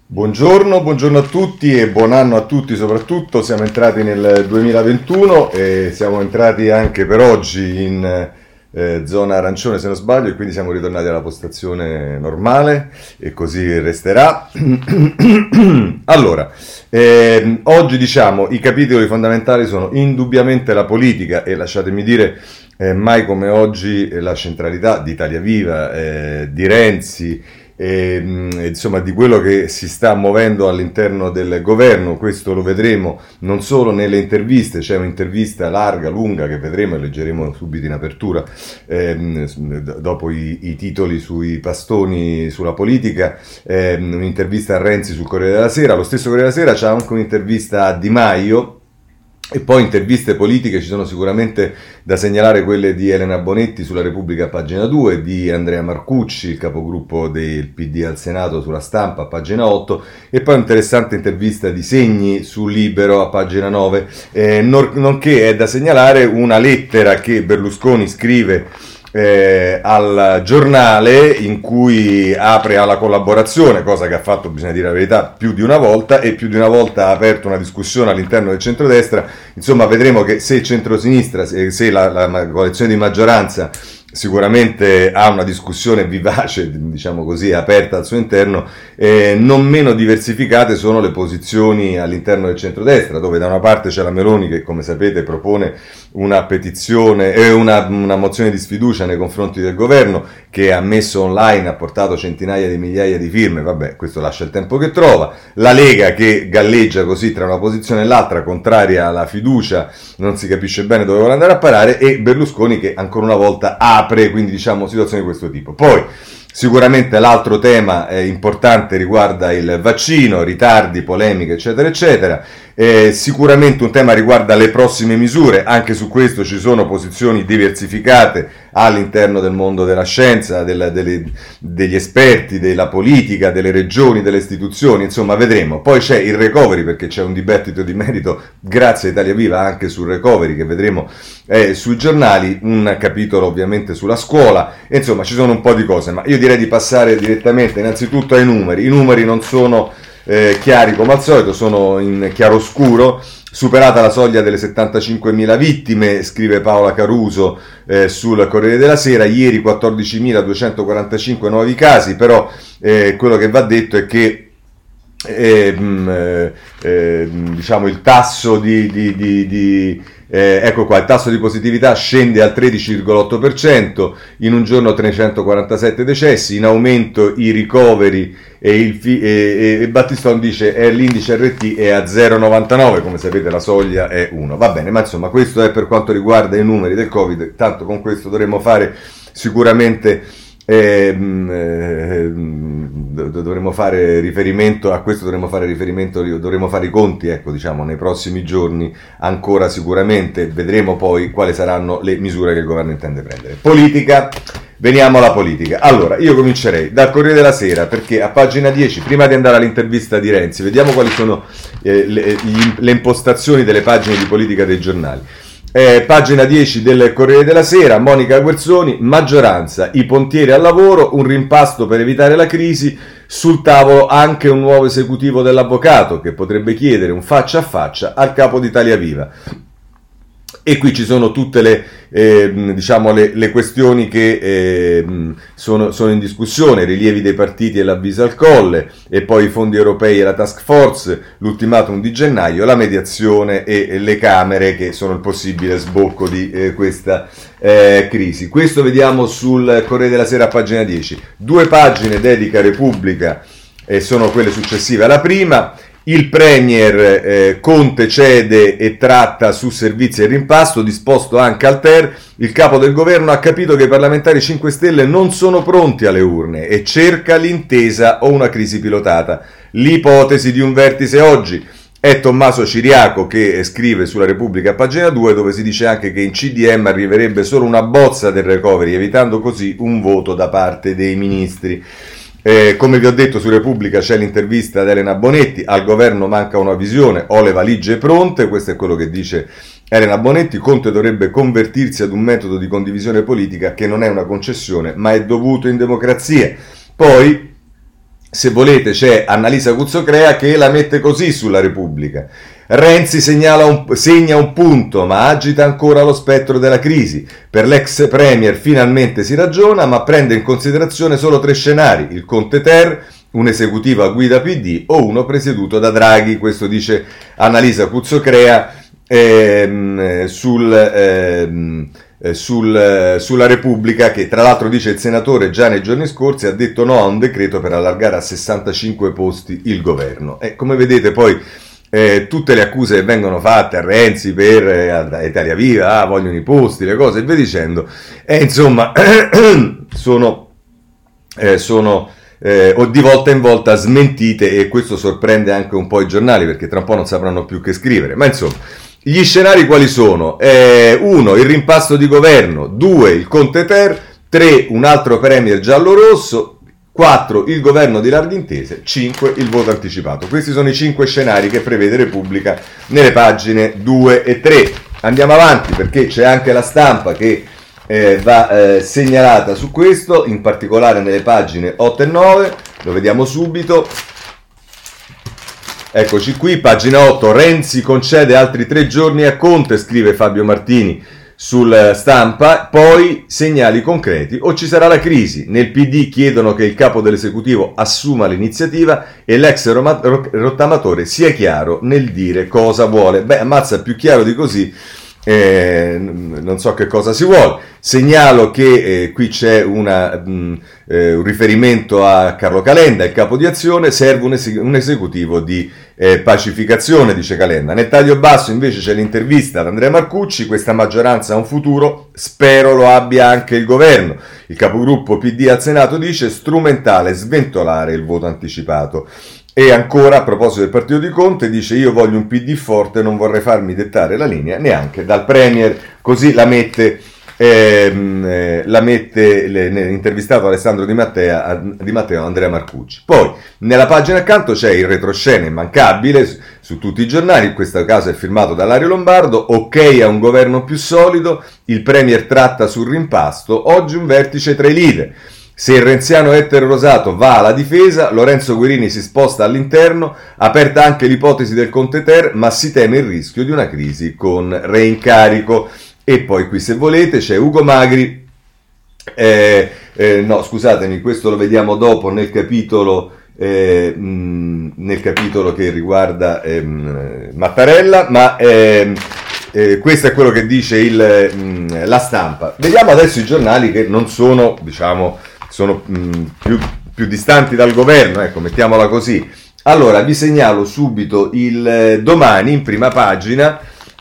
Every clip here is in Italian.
Buongiorno a tutti e buon anno a tutti soprattutto. Siamo entrati nel 2021 e siamo entrati anche per oggi in zona arancione se non sbaglio, e quindi siamo ritornati alla postazione normale e così resterà. Allora, oggi diciamo i capitoli fondamentali sono indubbiamente la politica e lasciatemi dire mai come oggi la centralità di Italia Viva, di Renzi, insomma di quello che si sta muovendo all'interno del governo. Questo lo vedremo non solo nelle interviste, c'è un'intervista larga, lunga, che vedremo e leggeremo subito in apertura, dopo i titoli sui pastoni sulla politica, un'intervista a Renzi sul Corriere della Sera. Lo stesso Corriere della Sera c'ha anche un'intervista a Di Maio. E poi interviste politiche ci sono sicuramente da segnalare quelle di Elena Bonetti sulla Repubblica a pagina 2, di Andrea Marcucci, il capogruppo del PD al Senato, sulla Stampa a pagina 8, e poi un'interessante intervista di Segni su Libero a pagina 9, nonché è da segnalare una lettera che Berlusconi scrive al giornale, in cui apre alla collaborazione, cosa che ha fatto, bisogna dire la verità, più di una volta, e più di una volta ha aperto una discussione all'interno del centrodestra. Insomma, vedremo che se il centrosinistra, se la coalizione di maggioranza sicuramente ha una discussione vivace, diciamo così, aperta al suo interno, non meno diversificate sono le posizioni all'interno del centrodestra, dove da una parte c'è la Meloni che, come sapete, propone una petizione e una mozione di sfiducia nei confronti del governo, che ha messo online, ha portato centinaia di migliaia di firme. Vabbè, questo lascia il tempo che trova. La Lega che galleggia così tra una posizione e l'altra, contraria alla fiducia, non si capisce bene dove vuole andare a parare, e Berlusconi che ancora una volta apre, quindi diciamo situazioni di questo tipo. Poi sicuramente l'altro tema importante riguarda il vaccino, ritardi, polemiche, eccetera, eccetera. Sicuramente un tema riguarda le prossime misure, anche su questo ci sono posizioni diversificate all'interno del mondo della scienza, degli esperti, della politica, delle regioni, delle istituzioni, insomma vedremo. Poi c'è il recovery, perché c'è un dibattito di merito, grazie a Italia Viva, anche sul recovery, che vedremo sui giornali, un capitolo ovviamente sulla scuola, e insomma ci sono un po' di cose, ma io direi di passare direttamente innanzitutto ai numeri. I numeri non sono chiari come al solito, sono in chiaroscuro. Superata la soglia delle 75.000 vittime, scrive Paola Caruso sul Corriere della Sera. Ieri 14.245 nuovi casi, però quello che va detto è che diciamo il tasso ecco qua, il tasso di positività scende al 13,8%, in un giorno 347 decessi, in aumento i ricoveri, e Battistone dice l'indice RT è a 0,99, come sapete la soglia è 1. Va bene, ma insomma questo è per quanto riguarda i numeri del Covid. Tanto con questo dovremo fare sicuramente dovremmo fare riferimento a questo, dovremmo fare i conti, ecco, diciamo, nei prossimi giorni ancora. Sicuramente vedremo poi quali saranno le misure che il governo intende prendere. Politica, veniamo alla politica. Allora, io comincerei dal Corriere della Sera, perché a pagina 10, prima di andare all'intervista di Renzi, vediamo quali sono le impostazioni delle pagine di politica dei giornali. Pagina 10 del Corriere della Sera, Monica Guerzoni: maggioranza, i pontieri al lavoro, un rimpasto per evitare la crisi, sul tavolo anche un nuovo esecutivo dell'avvocato che potrebbe chiedere un faccia a faccia al capo di Italia Viva. E qui ci sono tutte le questioni che sono in discussione: rilievi dei partiti e l'avviso al Colle, e poi i fondi europei e la task force, l'ultimatum di gennaio, la mediazione e le Camere, che sono il possibile sbocco di questa crisi. Questo vediamo sul Corriere della Sera a pagina 10. 2 pagine dedica Repubblica, sono quelle successive alla prima. Il premier Conte cede e tratta su servizi e rimpasto, disposto anche al TER. Il capo del governo ha capito che i parlamentari 5 Stelle non sono pronti alle urne e cerca l'intesa o una crisi pilotata. L'ipotesi di un vertice oggi. È Tommaso Ciriaco che scrive sulla Repubblica a pagina 2, dove si dice anche che in CDM arriverebbe solo una bozza del recovery, evitando così un voto da parte dei ministri. Come vi ho detto, su Repubblica c'è l'intervista ad Elena Bonetti: al governo manca una visione, ho le valigie pronte. Questo è quello che dice Elena Bonetti. Conte dovrebbe convertirsi ad un metodo di condivisione politica che non è una concessione ma è dovuto in democrazia. Poi se volete c'è Annalisa Cuzzocrea che la mette così sulla Repubblica. Renzi segna un punto, ma agita ancora lo spettro della crisi. Per l'ex premier finalmente si ragiona, ma prende in considerazione solo 3 scenari: il Conte Ter, un esecutivo a guida PD o uno presieduto da Draghi. Questo dice Annalisa Cuzzocrea sulla Repubblica, che tra l'altro dice il senatore già nei giorni scorsi ha detto no a un decreto per allargare a 65 posti il governo. E come vedete poi tutte le accuse che vengono fatte a Renzi per Italia Viva, vogliono i posti, le cose e via dicendo, insomma sono o di volta in volta smentite, e questo sorprende anche un po' i giornali, perché tra un po' non sapranno più che scrivere. Ma insomma, gli scenari quali sono? 1. Il rimpasto di governo. 2. Il Conte Ter. 3. Un altro premier giallo-rosso. 4. Il governo di larghe intese. 5. Il voto anticipato. Questi sono i 5 scenari che prevede Repubblica nelle pagine 2 e 3. Andiamo avanti, perché c'è anche La Stampa che va segnalata su questo, in particolare nelle pagine 8 e 9. Lo vediamo subito. Eccoci qui, pagina 8. Renzi concede altri 3 giorni a Conte, scrive Fabio Martini sul Stampa. Poi segnali concreti o ci sarà la crisi. Nel PD chiedono che il capo dell'esecutivo assuma l'iniziativa e l'ex rottamatore sia chiaro nel dire cosa vuole. Beh, ammazza, più chiaro di così non so che cosa si vuole. Segnalo che qui c'è un riferimento a Carlo Calenda, il capo di Azione. Serve un esecutivo di pacificazione, dice Calenda. Nel taglio basso invece c'è l'intervista ad Andrea Marcucci. Questa maggioranza ha un futuro, spero lo abbia anche il governo. Il capogruppo PD al Senato dice strumentale sventolare il voto anticipato. E ancora, a proposito del partito di Conte, dice: io voglio un PD forte, non vorrei farmi dettare la linea neanche dal Premier. Così la mette l'intervistato Alessandro Di Matteo Andrea Marcucci. Poi, nella pagina accanto c'è il retroscena immancabile su tutti i giornali, in questo caso è firmato da Lario Lombardo. Ok a un governo più solido, il Premier tratta sul rimpasto, oggi un vertice tra i leader. Se il renziano Ettore Rosato va alla difesa, Lorenzo Guerini si sposta all'interno, aperta anche l'ipotesi del Conte Ter, ma si teme il rischio di una crisi con reincarico. E poi qui, se volete, c'è Ugo Magri, no scusatemi, questo lo vediamo dopo nel capitolo che riguarda Mattarella, ma questo è quello che dice La Stampa. Vediamo adesso i giornali che non sono, diciamo, sono più distanti dal governo, ecco, mettiamola così. Allora, vi segnalo subito il Domani in prima pagina,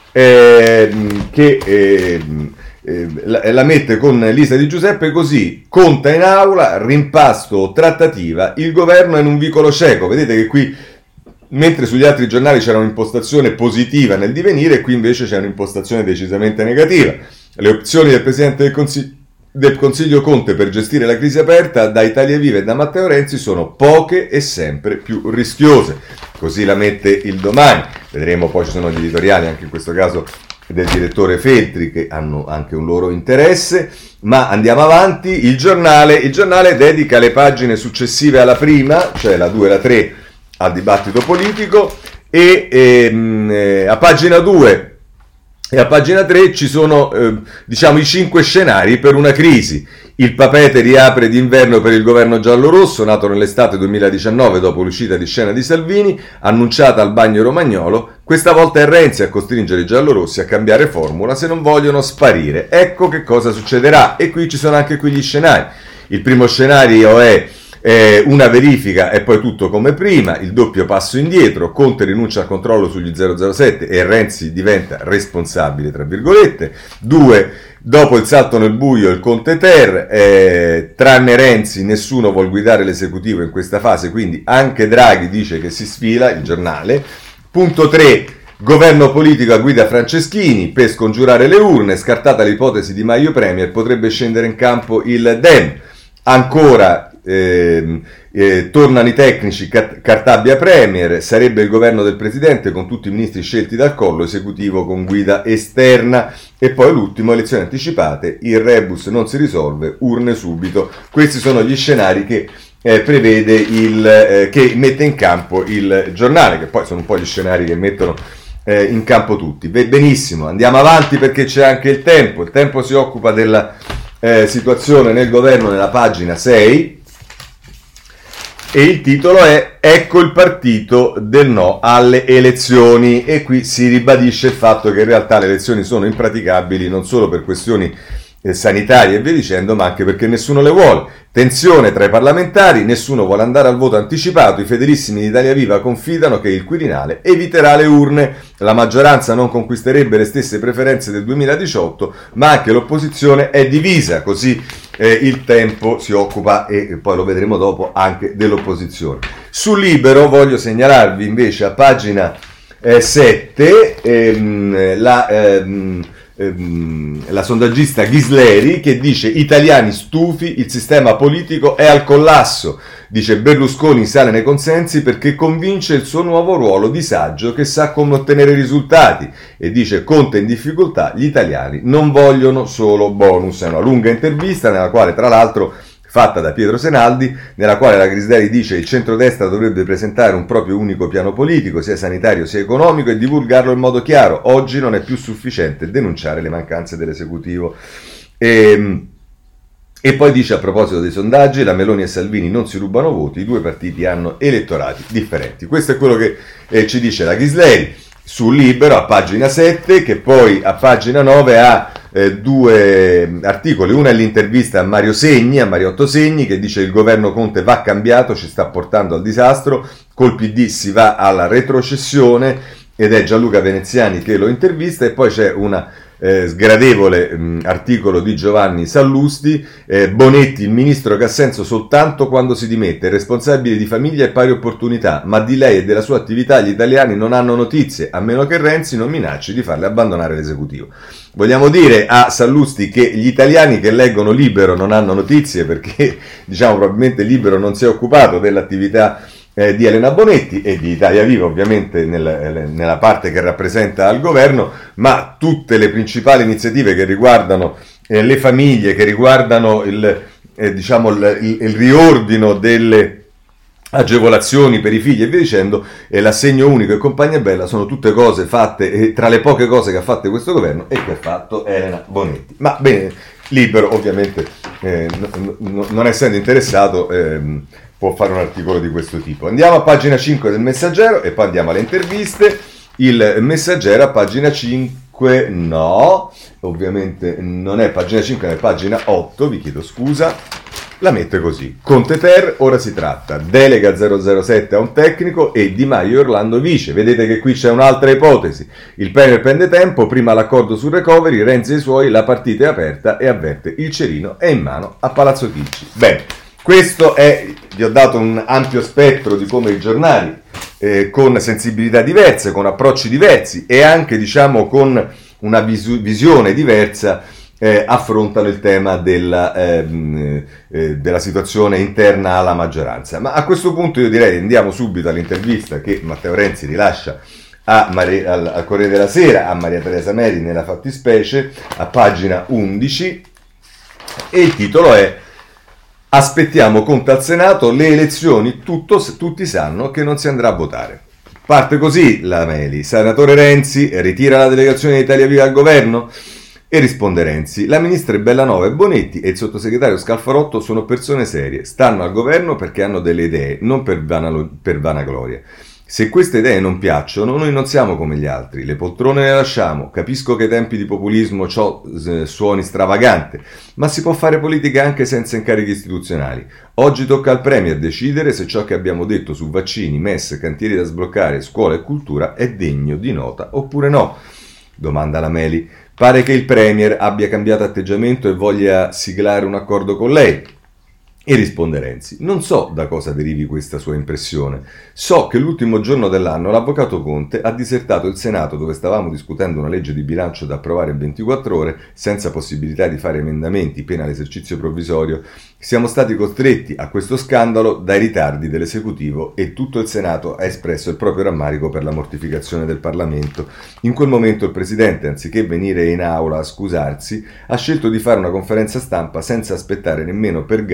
che la mette con Lisa Di Giuseppe così: conta in aula, rimpasto o trattativa, il governo è in un vicolo cieco. Vedete che qui, mentre sugli altri giornali c'era un'impostazione positiva nel divenire, qui invece c'è un'impostazione decisamente negativa. Le opzioni del Presidente del Consiglio Conte per gestire la crisi aperta da Italia Viva e da Matteo Renzi sono poche e sempre più rischiose. Così la mette il Domani. Vedremo, poi ci sono gli editoriali, anche in questo caso del direttore Feltri, che hanno anche un loro interesse. Ma andiamo avanti. Il giornale dedica le pagine successive alla prima, cioè la 2 e la 3, al dibattito politico, e a pagina 2 e a pagina 3 ci sono diciamo i 5 scenari per una crisi. Il Papete riapre d'inverno per il governo giallo-rosso, nato nell'estate 2019 dopo l'uscita di scena di Salvini, annunciata al bagno romagnolo. Questa volta è Renzi a costringere i giallorossi a cambiare formula se non vogliono sparire. Ecco che cosa succederà, e qui ci sono anche qui gli scenari. Il primo scenario è una verifica e poi tutto come prima, il doppio passo indietro, Conte rinuncia al controllo sugli 007 e Renzi diventa responsabile, tra virgolette. 2. Dopo il salto nel buio, il Conte Ter, tranne Renzi nessuno vuol guidare l'esecutivo in questa fase, quindi anche Draghi dice che si sfila, il giornale. Punto 3. Governo politico a guida Franceschini per scongiurare le urne, scartata l'ipotesi di Maio Premier, potrebbe scendere in campo il Dem. Ancora tornano i tecnici, Cartabia Premier, sarebbe il governo del presidente con tutti i ministri scelti dal collo, esecutivo con guida esterna. E poi l'ultimo, elezioni anticipate, il rebus non si risolve, urne subito. Questi sono gli scenari che prevede che mette in campo il giornale, che poi sono un po' gli scenari che mettono in campo tutti. Benissimo, andiamo avanti perché c'è anche il Tempo si occupa della situazione nel governo nella pagina 6 e il titolo è "Ecco il partito del no alle elezioni", e qui si ribadisce il fatto che in realtà le elezioni sono impraticabili non solo per questioni sanitarie e via dicendo, ma anche perché nessuno le vuole. Tensione tra i parlamentari, nessuno vuole andare al voto anticipato, i fedelissimi di Italia Viva confidano che il Quirinale eviterà le urne, la maggioranza non conquisterebbe le stesse preferenze del 2018, ma anche l'opposizione è divisa, così il Tempo si occupa, e poi lo vedremo dopo, anche dell'opposizione. Su Libero voglio segnalarvi invece a pagina 7 la sondaggista Ghisleri che dice: italiani stufi, il sistema politico è al collasso. Dice: Berlusconi sale nei consensi perché convince il suo nuovo ruolo di saggio che sa come ottenere risultati, e dice: Conte in difficoltà, gli italiani non vogliono solo bonus. È una lunga intervista nella quale, tra l'altro, fatta da Pietro Senaldi, nella quale la Ghisleri dice: il centrodestra dovrebbe presentare un proprio unico piano politico, sia sanitario sia economico, e divulgarlo in modo chiaro. Oggi non è più sufficiente denunciare le mancanze dell'esecutivo. E poi dice, a proposito dei sondaggi, la Meloni e Salvini non si rubano voti, i due partiti hanno elettorati differenti. Questo è quello che ci dice la Ghisleri su Libero a pagina 7, che poi a pagina 9 ha due articoli. Uno è l'intervista a Mariotto Segni, che dice: il governo Conte va cambiato, ci sta portando al disastro, col PD si va alla retrocessione, ed è Gianluca Veneziani che lo intervista. E poi c'è una sgradevole articolo di Giovanni Sallusti, Bonetti, il ministro che ha senso soltanto quando si dimette, responsabile di famiglia e pari opportunità, ma di lei e della sua attività gli italiani non hanno notizie, a meno che Renzi non minacci di farle abbandonare l'esecutivo. Vogliamo dire a Sallusti che gli italiani che leggono Libero non hanno notizie perché, diciamo, probabilmente Libero non si è occupato dell'attività di Elena Bonetti e di Italia Viva, ovviamente nella parte che rappresenta al governo, ma tutte le principali iniziative che riguardano le famiglie, che riguardano il riordino delle agevolazioni per i figli e via dicendo, e l'assegno unico e compagnia bella, sono tutte cose fatte, tra le poche cose che ha fatto questo governo e che ha fatto Elena Bonetti. Ma bene, Libero ovviamente non essendo interessato può fare un articolo di questo tipo. Andiamo a pagina 5 del Messaggero e poi andiamo alle interviste. Il Messaggero a pagina 5 no, ovviamente non è pagina 5, è pagina 8, vi chiedo scusa. La mette così: Conte ter, ora si tratta, delega 007 a un tecnico e Di Maio e Orlando vice. Vedete che qui c'è un'altra ipotesi. Il Premier prende tempo, prima l'accordo sul recovery, Renzi e i suoi, la partita è aperta e avverte: il cerino è in mano a Palazzo Chigi. Bene, questo è, vi ho dato un ampio spettro di come i giornali, con sensibilità diverse, con approcci diversi e anche, diciamo, con una visione diversa, affrontano il tema della situazione interna alla maggioranza. Ma a questo punto io direi andiamo subito all'intervista che Matteo Renzi rilascia al Corriere della Sera a Maria Teresa Meri nella fattispecie, a pagina 11, e il titolo è: aspettiamo Conte al Senato, le elezioni, tutti sanno che non si andrà a votare. Parte così la Meli: senatore Renzi, ritira la delegazione di Italia Viva al governo? E risponde Renzi: la ministra Bellanova e Bonetti e il sottosegretario Scalfarotto sono persone serie, stanno al governo perché hanno delle idee, non per vanagloria. Se queste idee non piacciono, noi non siamo come gli altri, le poltrone le lasciamo. Capisco che ai tempi di populismo ciò suoni stravagante, ma si può fare politica anche senza incarichi istituzionali. Oggi tocca al Premier decidere se ciò che abbiamo detto su vaccini, MES, cantieri da sbloccare, scuola e cultura è degno di nota oppure no. Domanda la Meli: pare che il Premier abbia cambiato atteggiamento e voglia siglare un accordo con lei. E risponde Renzi: non so da cosa derivi questa sua impressione. So che l'ultimo giorno dell'anno l'avvocato Conte ha disertato il Senato dove stavamo discutendo una legge di bilancio da approvare in 24 ore, senza possibilità di fare emendamenti, pena l'esercizio provvisorio. Siamo stati costretti a questo scandalo dai ritardi dell'esecutivo e tutto il Senato ha espresso il proprio rammarico per la mortificazione del Parlamento. In quel momento il Presidente, anziché venire in aula a scusarsi, ha scelto di fare una conferenza stampa senza aspettare nemmeno per garbo che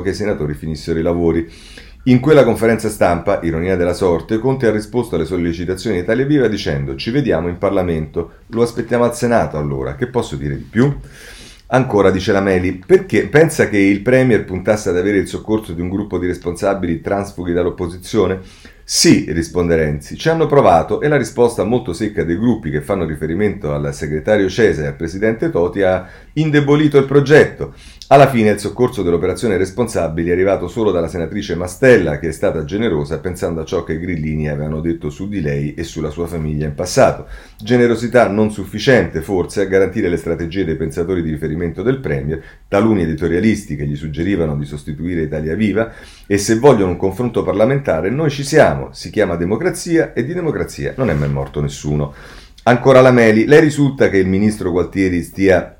che i senatori finissero i lavori. In quella conferenza stampa, ironia della sorte, Conte ha risposto alle sollecitazioni di Italia Viva dicendo: ci vediamo in Parlamento, lo aspettiamo al Senato allora, che posso dire di più? Ancora, dice la Meli, perché pensa che il Premier puntasse ad avere il soccorso di un gruppo di responsabili transfughi dall'opposizione? Sì, risponde Renzi, ci hanno provato e la risposta molto secca dei gruppi che fanno riferimento al segretario Cesa e al presidente Toti ha indebolito il progetto. Alla fine il soccorso dell'operazione responsabili è arrivato solo dalla senatrice Mastella, che è stata generosa pensando a ciò che i grillini avevano detto su di lei e sulla sua famiglia in passato. Generosità non sufficiente, forse, a garantire le strategie dei pensatori di riferimento del Premier, taluni editorialisti che gli suggerivano di sostituire Italia Viva, e se vogliono un confronto parlamentare noi ci siamo, si chiama democrazia e di democrazia non è mai morto nessuno. Ancora la Meli, lei risulta che il ministro Gualtieri stia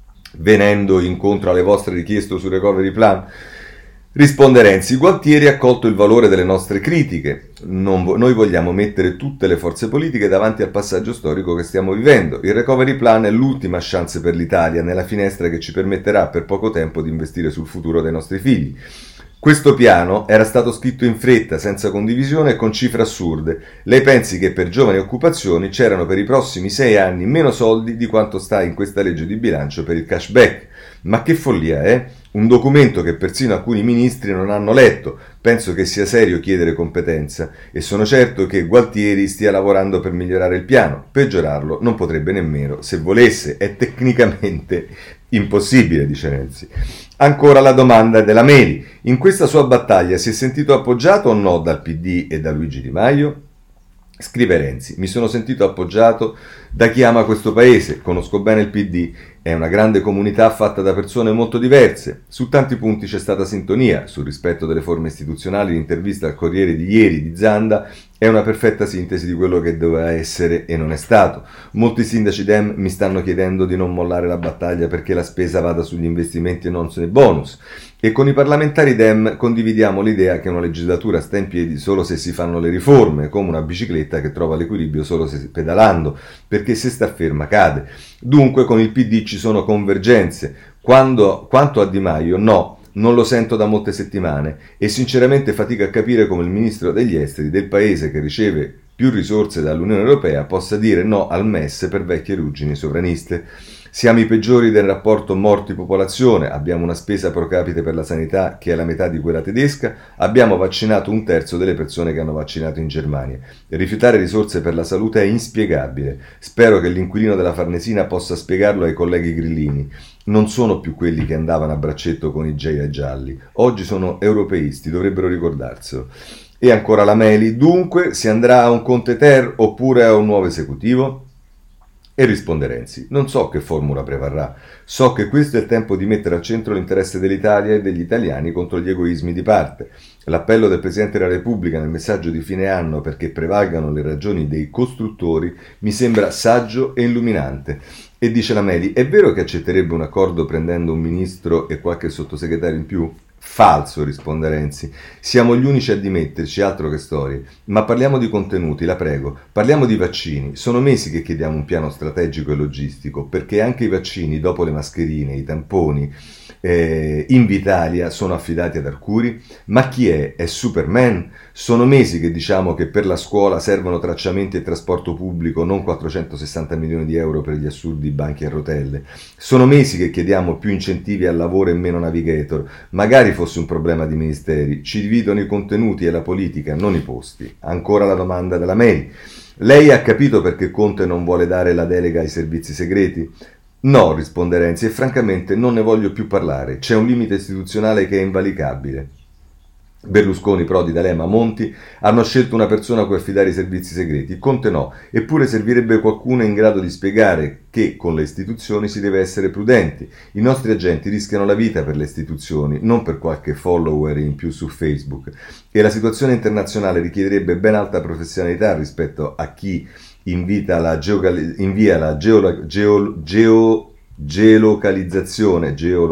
venendo incontro alle vostre richieste sul recovery plan? Risponde Renzi, Gualtieri ha colto il valore delle nostre critiche, noi vogliamo mettere tutte le forze politiche davanti al passaggio storico che stiamo vivendo. Il recovery plan è l'ultima chance per l'Italia nella finestra che ci permetterà per poco tempo di investire sul futuro dei nostri figli. Questo piano era stato scritto in fretta, senza condivisione e con cifre assurde. Lei pensi che per giovani occupazioni c'erano per i prossimi 6 anni meno soldi di quanto sta in questa legge di bilancio per il cashback? Ma che follia, eh? Un documento che persino alcuni ministri non hanno letto. Penso che sia serio chiedere competenza e sono certo che Gualtieri stia lavorando per migliorare il piano. Peggiorarlo non potrebbe nemmeno se volesse, è tecnicamente impossibile, dice Renzi. Ancora la domanda della Meli. In questa sua battaglia si è sentito appoggiato o no dal PD e da Luigi Di Maio? Scrive Renzi, mi sono sentito appoggiato da chi ama questo paese, conosco bene il PD, è una grande comunità fatta da persone molto diverse, su tanti punti c'è stata sintonia, sul rispetto delle forme istituzionali l'intervista al Corriere di ieri di Zanda è una perfetta sintesi di quello che doveva essere e non è stato. Molti sindaci Dem mi stanno chiedendo di non mollare la battaglia perché la spesa vada sugli investimenti e non sui bonus. E con i parlamentari Dem condividiamo l'idea che una legislatura sta in piedi solo se si fanno le riforme, come una bicicletta che trova l'equilibrio solo se pedalando, perché se sta ferma cade. Dunque con il PD ci sono convergenze. Quanto a Di Maio, no, non lo sento da molte settimane e sinceramente fatico a capire come il ministro degli esteri del paese che riceve più risorse dall'Unione Europea possa dire no al MES per vecchie ruggini sovraniste. Siamo i peggiori del rapporto morti-popolazione, abbiamo una spesa pro capite per la sanità che è la metà di quella tedesca, abbiamo vaccinato 1/3 delle persone che hanno vaccinato in Germania. Rifiutare risorse per la salute è inspiegabile. Spero che l'inquilino della Farnesina possa spiegarlo ai colleghi grillini. Non sono più quelli che andavano a braccetto con i Gei gialli. Oggi sono europeisti, dovrebbero ricordarselo. E ancora la Meli, dunque si andrà a un Conte Ter oppure a un nuovo esecutivo? E risponde Renzi, non so che formula prevarrà, so che questo è il tempo di mettere al centro l'interesse dell'Italia e degli italiani contro gli egoismi di parte. L'appello del Presidente della Repubblica nel messaggio di fine anno perché prevalgano le ragioni dei costruttori mi sembra saggio e illuminante. E dice la Meli, è vero che accetterebbe un accordo prendendo un ministro e qualche sottosegretario in più? Falso, risponde Renzi. Siamo gli unici a dimetterci, altro che storie. Ma parliamo di contenuti, la prego. Parliamo di vaccini. Sono mesi che chiediamo un piano strategico e logistico, perché anche i vaccini, dopo le mascherine, i tamponi, Invitalia sono affidati ad Arcuri. Ma chi è? È Superman? Sono mesi che diciamo che per la scuola servono tracciamenti e trasporto pubblico, non 460 milioni di euro per gli assurdi banchi a rotelle. Sono mesi che chiediamo più incentivi al lavoro e meno navigator. Magari fosse un problema di ministeri. Ci dividono i contenuti e la politica, non i posti. Ancora la domanda della Meli. Lei ha capito perché Conte non vuole dare la delega ai servizi segreti? No, risponde Renzi, e francamente non ne voglio più parlare. C'è un limite istituzionale che è invalicabile. Berlusconi, Prodi, D'Alema, Monti hanno scelto una persona a cui affidare i servizi segreti, Conte no, eppure servirebbe qualcuno in grado di spiegare che con le istituzioni si deve essere prudenti. I nostri agenti rischiano la vita per le istituzioni, non per qualche follower in più su Facebook. E la situazione internazionale richiederebbe ben alta professionalità rispetto a chi invia la geolocalizzazione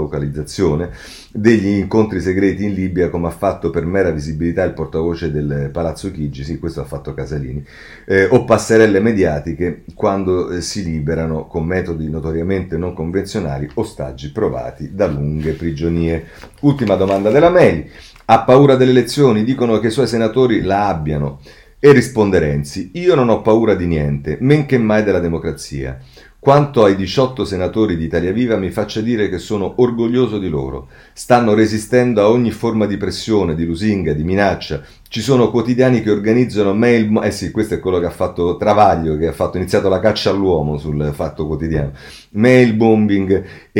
degli incontri segreti in Libia, come ha fatto per mera visibilità il portavoce del Palazzo Chigi, sì, questo ha fatto Casalini, o passerelle mediatiche quando si liberano con metodi notoriamente non convenzionali ostaggi provati da lunghe prigionie. Ultima domanda della Meli: ha paura delle elezioni? Dicono che i suoi senatori la abbiano. E risponde Renzi: io non ho paura di niente, men che mai della democrazia. Quanto ai 18 senatori di Italia Viva, mi faccia dire che sono orgoglioso di loro. Stanno resistendo a ogni forma di pressione, di lusinga, di minaccia. Ci sono quotidiani che organizzano mail... sì, questo è quello che ha fatto Travaglio, che ha iniziato la caccia all'uomo sul Fatto Quotidiano. Mail bombing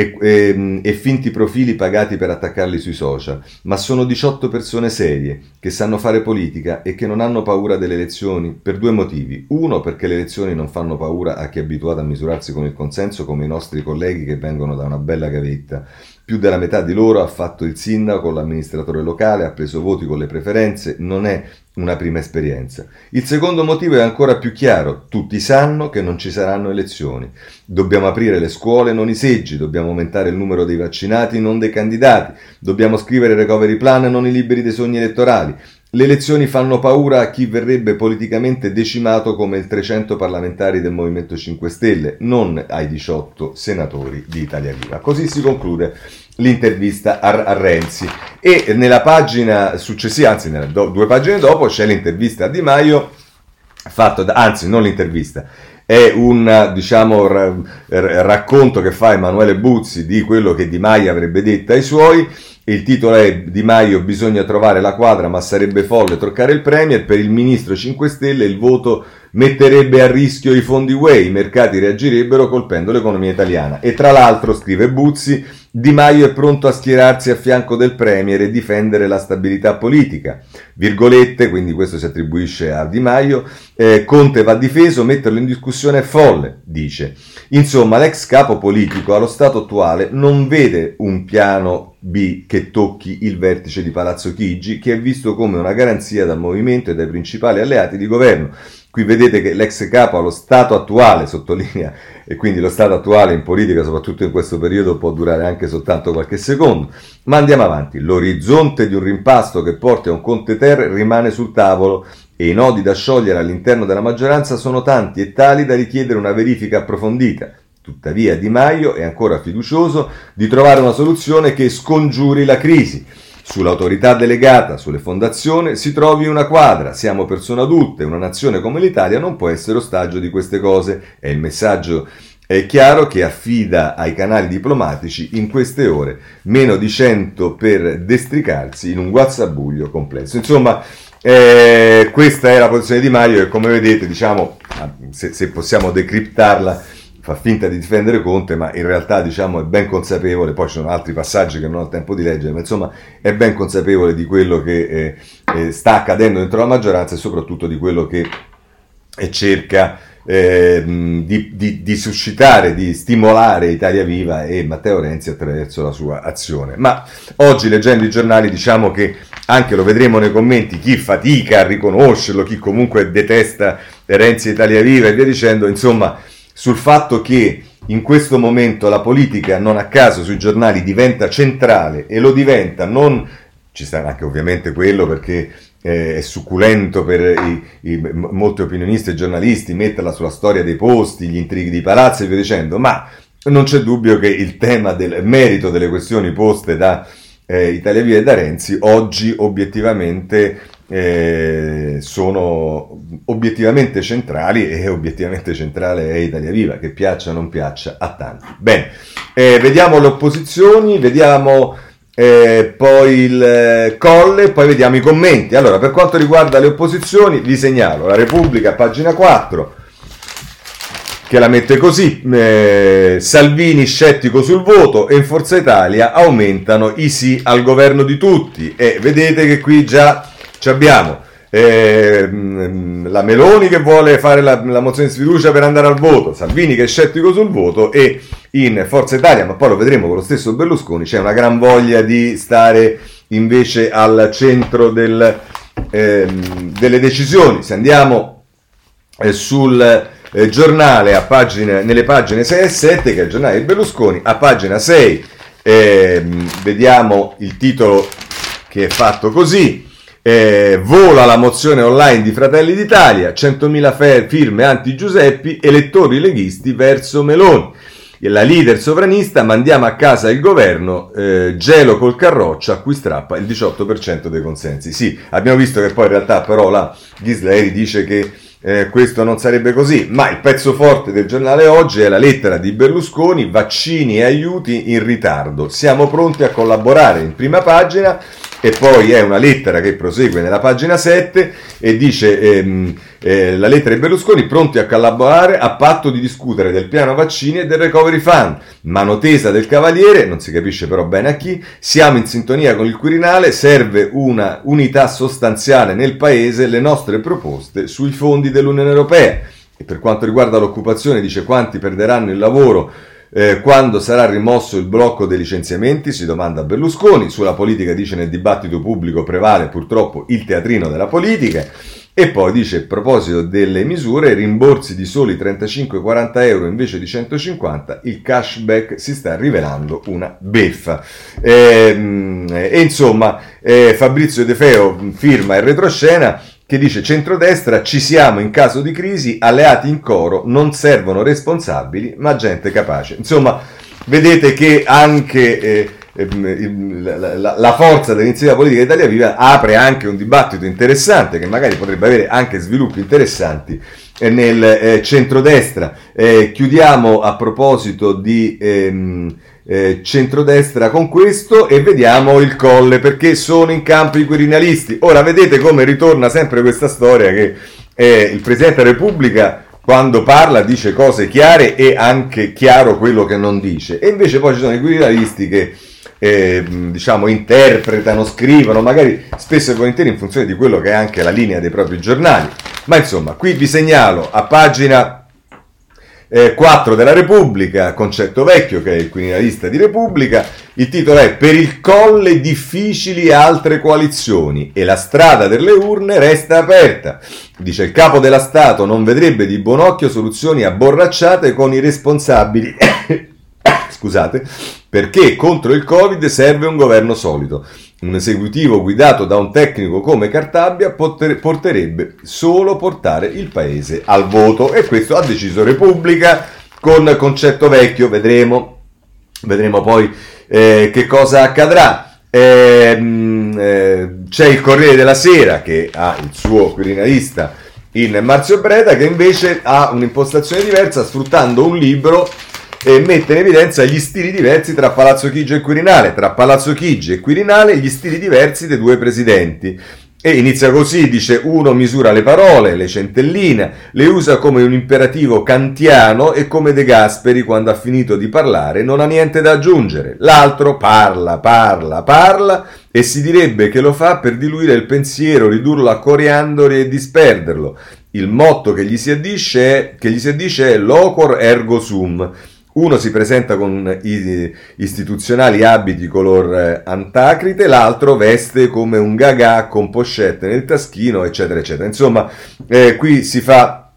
e finti profili pagati per attaccarli sui social. Ma sono 18 persone serie, che sanno fare politica e che non hanno paura delle elezioni, per due motivi. Uno, perché le elezioni non fanno paura a chi è abituato a misurarsi con il consenso, come i nostri colleghi che vengono da una bella gavetta. Più della metà di loro ha fatto il sindaco, l'amministratore locale, ha preso voti con le preferenze, non è una prima esperienza. Il secondo motivo è ancora più chiaro: tutti sanno che non ci saranno elezioni. Dobbiamo aprire le scuole, non i seggi, dobbiamo aumentare il numero dei vaccinati, non dei candidati, dobbiamo scrivere il recovery plan, non i liberi dei sogni elettorali. Le elezioni fanno paura a chi verrebbe politicamente decimato come il 300 parlamentari del Movimento 5 Stelle, non ai 18 senatori di Italia Viva. Così si conclude l'intervista a Renzi. E nella pagina successiva, anzi due pagine dopo, c'è l'intervista a Di Maio, anzi non l'intervista, è un racconto che fa Emanuele Buzzi di quello che Di Maio avrebbe detto ai suoi. Il titolo è: Di Maio, bisogna trovare la quadra, ma sarebbe folle toccare il Premier. Per il ministro 5 Stelle il voto metterebbe a rischio i fondi UE, i mercati reagirebbero colpendo l'economia italiana. E tra l'altro, scrive Buzzi, Di Maio è pronto a schierarsi a fianco del Premier e difendere la stabilità politica. Virgolette, quindi questo si attribuisce a Di Maio, Conte va difeso, metterlo in discussione è folle, dice. Insomma, l'ex capo politico allo stato attuale non vede un piano B che tocchi il vertice di Palazzo Chigi, che è visto come una garanzia dal movimento e dai principali alleati di governo. Qui vedete che l'ex capo allo stato attuale, sottolinea, e quindi lo stato attuale in politica, soprattutto in questo periodo, può durare anche soltanto qualche secondo. Ma andiamo avanti. L'orizzonte di un rimpasto che porti a un Conte Ter rimane sul tavolo e i nodi da sciogliere all'interno della maggioranza sono tanti e tali da richiedere una verifica approfondita. Tuttavia Di Maio è ancora fiducioso di trovare una soluzione che scongiuri la crisi. Sull'autorità delegata, sulle fondazioni, si trovi una quadra. Siamo persone adulte, una nazione come l'Italia non può essere ostaggio di queste cose. È il messaggio chiaro che affida ai canali diplomatici in queste ore, meno di 100 per destricarsi in un guazzabuglio complesso. Insomma, questa è la posizione di Maio e, come vedete, diciamo, se possiamo decriptarla, fa finta di difendere Conte, ma in realtà, diciamo, è ben consapevole. Poi ci sono altri passaggi che non ho tempo di leggere, ma insomma è ben consapevole di quello che sta accadendo dentro la maggioranza e soprattutto di quello che cerca di suscitare, di stimolare Italia Viva e Matteo Renzi attraverso la sua azione. Ma oggi, leggendo i giornali, diciamo che anche, lo vedremo nei commenti, chi fatica a riconoscerlo, chi comunque detesta Renzi e Italia Viva e via dicendo, insomma, sul fatto che in questo momento la politica, non a caso sui giornali, diventa centrale, e lo diventa, non ci sta anche ovviamente quello perché è succulento per molti opinionisti e giornalisti metterla sulla storia dei posti, gli intrighi di palazzi e via dicendo, ma non c'è dubbio che il tema del merito delle questioni poste da Italia Viva e da Renzi oggi obiettivamente sono obiettivamente centrali, e obiettivamente centrale è Italia Viva, che piaccia o non piaccia a tanti. Bene, vediamo le opposizioni, vediamo poi il Colle, poi vediamo i commenti. Allora, per quanto riguarda le opposizioni, vi segnalo la Repubblica, pagina 4, che la mette così: Salvini scettico sul voto e in Forza Italia aumentano i sì al governo di tutti. E vedete che qui già ci abbiamo la Meloni che vuole fare la mozione di sfiducia per andare al voto, Salvini che è scettico sul voto, e in Forza Italia, ma poi lo vedremo con lo stesso Berlusconi, c'è una gran voglia di stare invece al centro delle decisioni. Se andiamo sul giornale nelle pagine 6 e 7, che è il giornale di Berlusconi. A pagina 6 vediamo il titolo che è fatto così. Vola la mozione online di Fratelli d'Italia, 100.000 firme anti-Giuseppi, elettori leghisti verso Meloni. La leader sovranista, mandiamo a casa il governo, gelo col Carroccio a cui strappa il 18% dei consensi. Sì, abbiamo visto che poi in realtà però la Ghisleri dice che questo non sarebbe così, ma il pezzo forte del giornale oggi è la lettera di Berlusconi, vaccini e aiuti in ritardo, siamo pronti a collaborare, in prima pagina. E poi è una lettera che prosegue nella pagina 7 e dice la lettera di Berlusconi, pronti a collaborare a patto di discutere del piano vaccini e del recovery fund, mano tesa del Cavaliere, non si capisce però bene a chi, siamo in sintonia con il Quirinale, serve una unità sostanziale nel paese, le nostre proposte sui fondi dell'Unione Europea. E per quanto riguarda l'occupazione dice quanti perderanno il lavoro quando sarà rimosso il blocco dei licenziamenti, si domanda Berlusconi. Sulla politica dice nel dibattito pubblico prevale purtroppo il teatrino della politica. E poi dice a proposito delle misure, rimborsi di soli 35-40 euro invece di 150, il cashback si sta rivelando una beffa. E insomma Fabrizio De Feo firma il retroscena che dice centrodestra, ci siamo in caso di crisi, alleati in coro, non servono responsabili ma gente capace. Insomma, vedete che anche la forza dell'iniziativa politica Italia Viva apre anche un dibattito interessante che magari potrebbe avere anche sviluppi interessanti nel centrodestra. Chiudiamo a proposito di centrodestra con questo e vediamo il Colle, perché sono in campo i quirinalisti. Ora vedete come ritorna sempre questa storia che il Presidente della Repubblica quando parla dice cose chiare e anche chiaro quello che non dice, e invece poi ci sono i quirinalisti che diciamo interpretano, scrivono magari spesso e volentieri in funzione di quello che è anche la linea dei propri giornali. Ma insomma, qui vi segnalo a pagina 4 della Repubblica, Concetto Vecchio che è il quirinalista di Repubblica, il titolo è "Per il Colle difficili altre coalizioni e la strada delle urne resta aperta". Dice il capo della Stato non vedrebbe di buon occhio soluzioni abborracciate con i responsabili scusate, perché contro il Covid serve un governo solido. Un esecutivo guidato da un tecnico come Cartabia porterebbe solo portare il paese al voto, e questo ha deciso Repubblica con Concetto Vecchio. Vedremo poi che cosa accadrà. C'è il Corriere della Sera che ha il suo quirinalista in Marzio Breda, che invece ha un'impostazione diversa, sfruttando un libro e mette in evidenza gli stili diversi tra Palazzo Chigi e Quirinale, tra Palazzo Chigi e Quirinale gli stili diversi dei due presidenti. E inizia così, dice: uno misura le parole, le centelline, le usa come un imperativo kantiano e come De Gasperi quando ha finito di parlare non ha niente da aggiungere. L'altro parla e si direbbe che lo fa per diluire il pensiero, ridurlo a coriandoli e disperderlo. Il motto che gli si addice è loquor ergo sum. Uno si presenta con istituzionali abiti color antacrite, l'altro veste come un gagà con pochette nel taschino, eccetera, eccetera. Insomma, qui si fa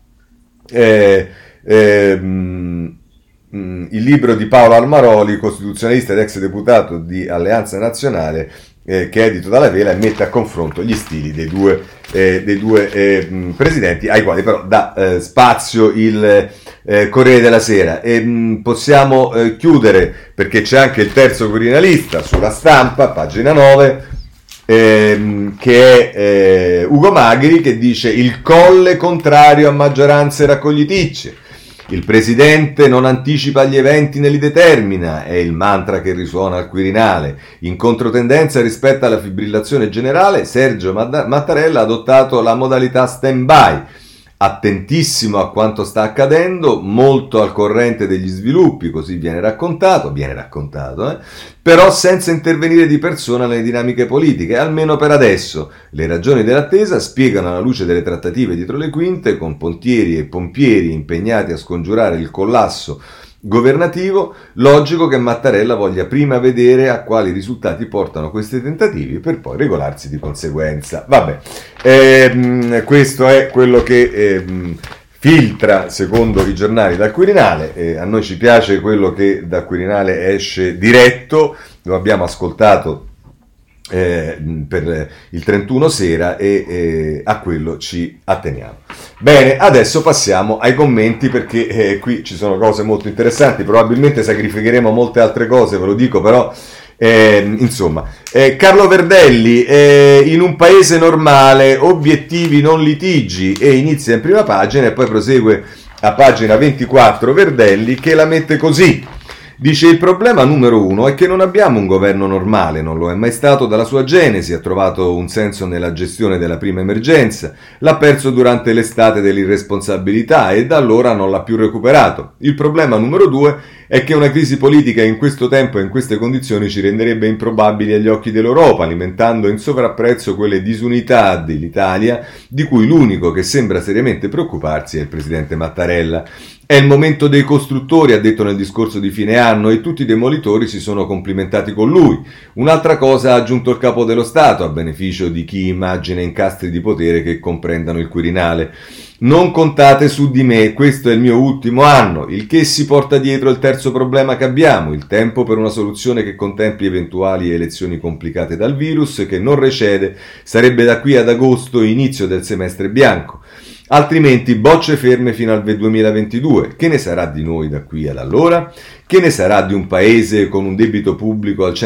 il libro di Paolo Armaroli, costituzionalista ed ex deputato di Alleanza Nazionale, che è edito dalla Vela, e mette a confronto gli stili dei due presidenti, ai quali però dà spazio il Corriere della Sera. E possiamo chiudere, perché c'è anche il terzo quirinalista sulla Stampa, pagina 9, che è Ugo Magri, che dice: il Colle contrario a maggioranze raccogliticce. Il presidente non anticipa gli eventi né li determina, è il mantra che risuona al Quirinale. In controtendenza rispetto alla fibrillazione generale, Sergio Mattarella ha adottato la modalità stand-by, attentissimo a quanto sta accadendo, molto al corrente degli sviluppi, così viene raccontato, però senza intervenire di persona nelle dinamiche politiche, almeno per adesso. Le ragioni dell'attesa spiegano alla luce delle trattative dietro le quinte, con pontieri e pompieri impegnati a scongiurare il collasso governativo. Logico che Mattarella voglia prima vedere a quali risultati portano questi tentativi per poi regolarsi di conseguenza. Vabbè, questo è quello che filtra secondo i giornali dal Quirinale, e a noi ci piace quello che dal Quirinale esce diretto, lo abbiamo ascoltato per il 31 sera e a quello ci atteniamo. Bene, adesso passiamo ai commenti, perché qui ci sono cose molto interessanti, probabilmente sacrificheremo molte altre cose, ve lo dico, però Carlo Verdelli, in un paese normale, obiettivi non litigi, e inizia in prima pagina e poi prosegue a pagina 24 Verdelli, che la mette così. Dice: il problema numero 1 è che non abbiamo un governo normale, non lo è mai stato dalla sua genesi, ha trovato un senso nella gestione della prima emergenza, l'ha perso durante l'estate dell'irresponsabilità e da allora non l'ha più recuperato. Il problema numero 2 è che una crisi politica in questo tempo e in queste condizioni ci renderebbe improbabili agli occhi dell'Europa, alimentando in sovrapprezzo quelle disunità dell'Italia di cui l'unico che sembra seriamente preoccuparsi è il presidente Mattarella. È il momento dei costruttori, ha detto nel discorso di fine anno, e tutti i demolitori si sono complimentati con lui. Un'altra cosa ha aggiunto il capo dello Stato, a beneficio di chi immagina incastri di potere che comprendano il Quirinale. Non contate su di me, questo è il mio ultimo anno, il che si porta dietro il terzo problema che abbiamo, il tempo per una soluzione che contempli eventuali elezioni complicate dal virus, che non recede, sarebbe da qui ad agosto, inizio del semestre bianco. Altrimenti bocce ferme fino al 2022. Che ne sarà di noi da qui ad allora? Che ne sarà di un paese con un debito pubblico al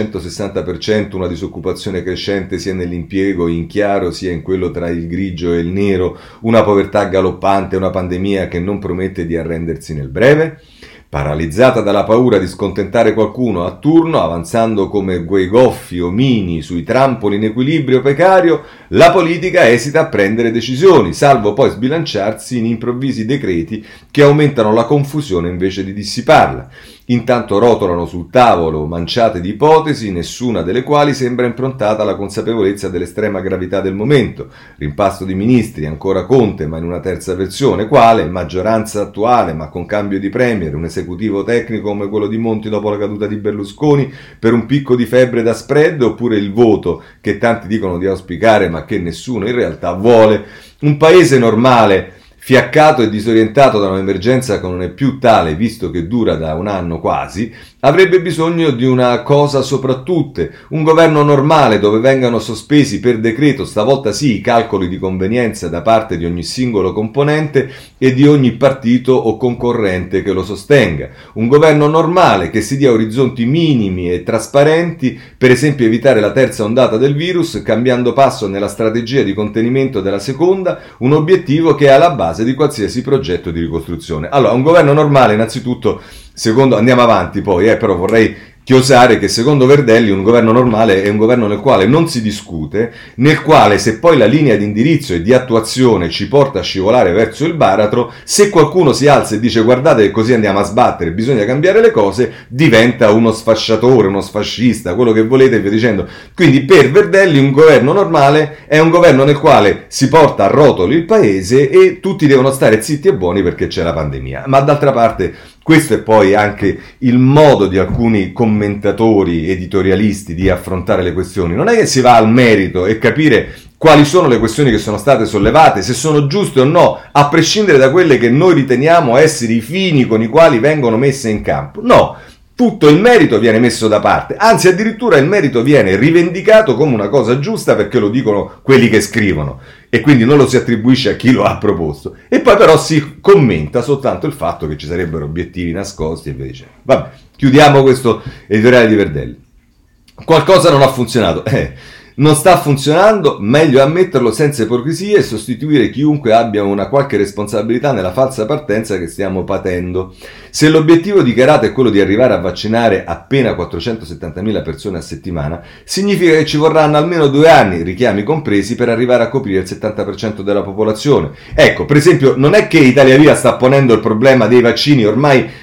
160%, una disoccupazione crescente sia nell'impiego in chiaro sia in quello tra il grigio e il nero, una povertà galoppante e una pandemia che non promette di arrendersi nel breve? Paralizzata dalla paura di scontentare qualcuno a turno, avanzando come quei goffi omini sui trampoli in equilibrio precario, la politica esita a prendere decisioni, salvo poi sbilanciarsi in improvvisi decreti che aumentano la confusione invece di dissiparla. Intanto rotolano sul tavolo manciate di ipotesi, nessuna delle quali sembra improntata alla consapevolezza dell'estrema gravità del momento. Rimpasto di ministri, ancora Conte, ma in una terza versione. Quale? Maggioranza attuale, ma con cambio di premier, un esecutivo tecnico come quello di Monti dopo la caduta di Berlusconi, per un picco di febbre da spread, oppure il voto che tanti dicono di auspicare, ma che nessuno in realtà vuole. Un paese normale, fiaccato e disorientato da un'emergenza che non è più tale, visto che dura da un anno quasi, avrebbe bisogno di una cosa soprattutto, un governo normale dove vengano sospesi per decreto, stavolta sì, i calcoli di convenienza da parte di ogni singolo componente e di ogni partito o concorrente che lo sostenga. Un governo normale che si dia orizzonti minimi e trasparenti, per esempio evitare la terza ondata del virus, cambiando passo nella strategia di contenimento della seconda, un obiettivo che è alla base di qualsiasi progetto di ricostruzione. Allora, un governo normale innanzitutto, secondo, andiamo avanti poi, però vorrei chiosare che secondo Verdelli un governo normale è un governo nel quale non si discute, nel quale se poi la linea di indirizzo e di attuazione ci porta a scivolare verso il baratro, se qualcuno si alza e dice guardate che così andiamo a sbattere, bisogna cambiare le cose, diventa uno sfasciatore, uno sfascista, quello che volete e via dicendo. Quindi per Verdelli un governo normale è un governo nel quale si porta a rotoli il paese e tutti devono stare zitti e buoni perché c'è la pandemia. Ma d'altra parte questo è poi anche il modo di alcuni commentatori editorialisti di affrontare le questioni. Non è che si va al merito e capire quali sono le questioni che sono state sollevate, se sono giuste o no, a prescindere da quelle che noi riteniamo essere i fini con i quali vengono messe in campo. No, tutto il merito viene messo da parte, anzi addirittura il merito viene rivendicato come una cosa giusta perché lo dicono quelli che scrivono e quindi non lo si attribuisce a chi lo ha proposto, e poi però si commenta soltanto il fatto che ci sarebbero obiettivi nascosti e via dicendo. Vabbè, chiudiamo questo editoriale di Verdelli. Qualcosa non ha funzionato. Non sta funzionando, meglio ammetterlo senza ipocrisia e sostituire chiunque abbia una qualche responsabilità nella falsa partenza che stiamo patendo. Se l'obiettivo dichiarato è quello di arrivare a vaccinare appena 470.000 persone a settimana, significa che ci vorranno almeno 2 anni, richiami compresi, per arrivare a coprire il 70% della popolazione. Ecco, per esempio, non è che Italia Viva sta ponendo il problema dei vaccini ormai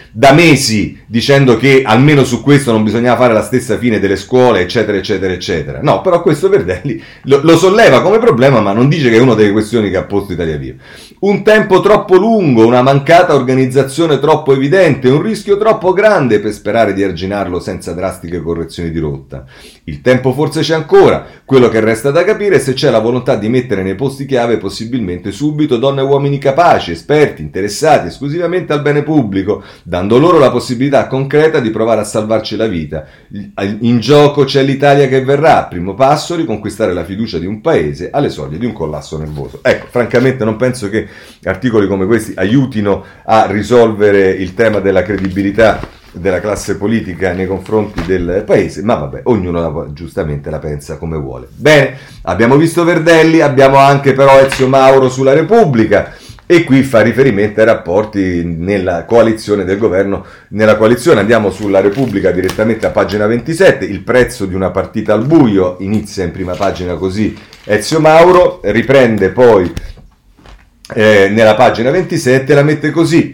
da mesi dicendo che almeno su questo non bisognava fare la stessa fine delle scuole, eccetera, eccetera, eccetera. No, però questo Verdelli lo solleva come problema, ma non dice che è una delle questioni che ha posto Italia Viva. Un tempo troppo lungo, una mancata organizzazione troppo evidente, un rischio troppo grande per sperare di arginarlo senza drastiche correzioni di rotta. Il tempo forse c'è ancora, quello che resta da capire è se c'è la volontà di mettere nei posti chiave possibilmente subito donne e uomini capaci, esperti, interessati esclusivamente al bene pubblico, dando loro la possibilità concreta di provare a salvarci la vita. In gioco c'è l'Italia che verrà, primo passo, riconquistare la fiducia di un paese alle soglie di un collasso nervoso. Ecco, francamente non penso che articoli come questi aiutino a risolvere il tema della credibilità della classe politica nei confronti del paese, ma vabbè, ognuno giustamente la pensa come vuole. Bene, abbiamo visto Verdelli, abbiamo anche però Ezio Mauro sulla Repubblica, e qui fa riferimento ai rapporti nella coalizione del governo. Nella coalizione andiamo sulla Repubblica direttamente a pagina 27, il prezzo di una partita al buio, inizia in prima pagina così Ezio Mauro, riprende poi nella pagina 27 la mette così.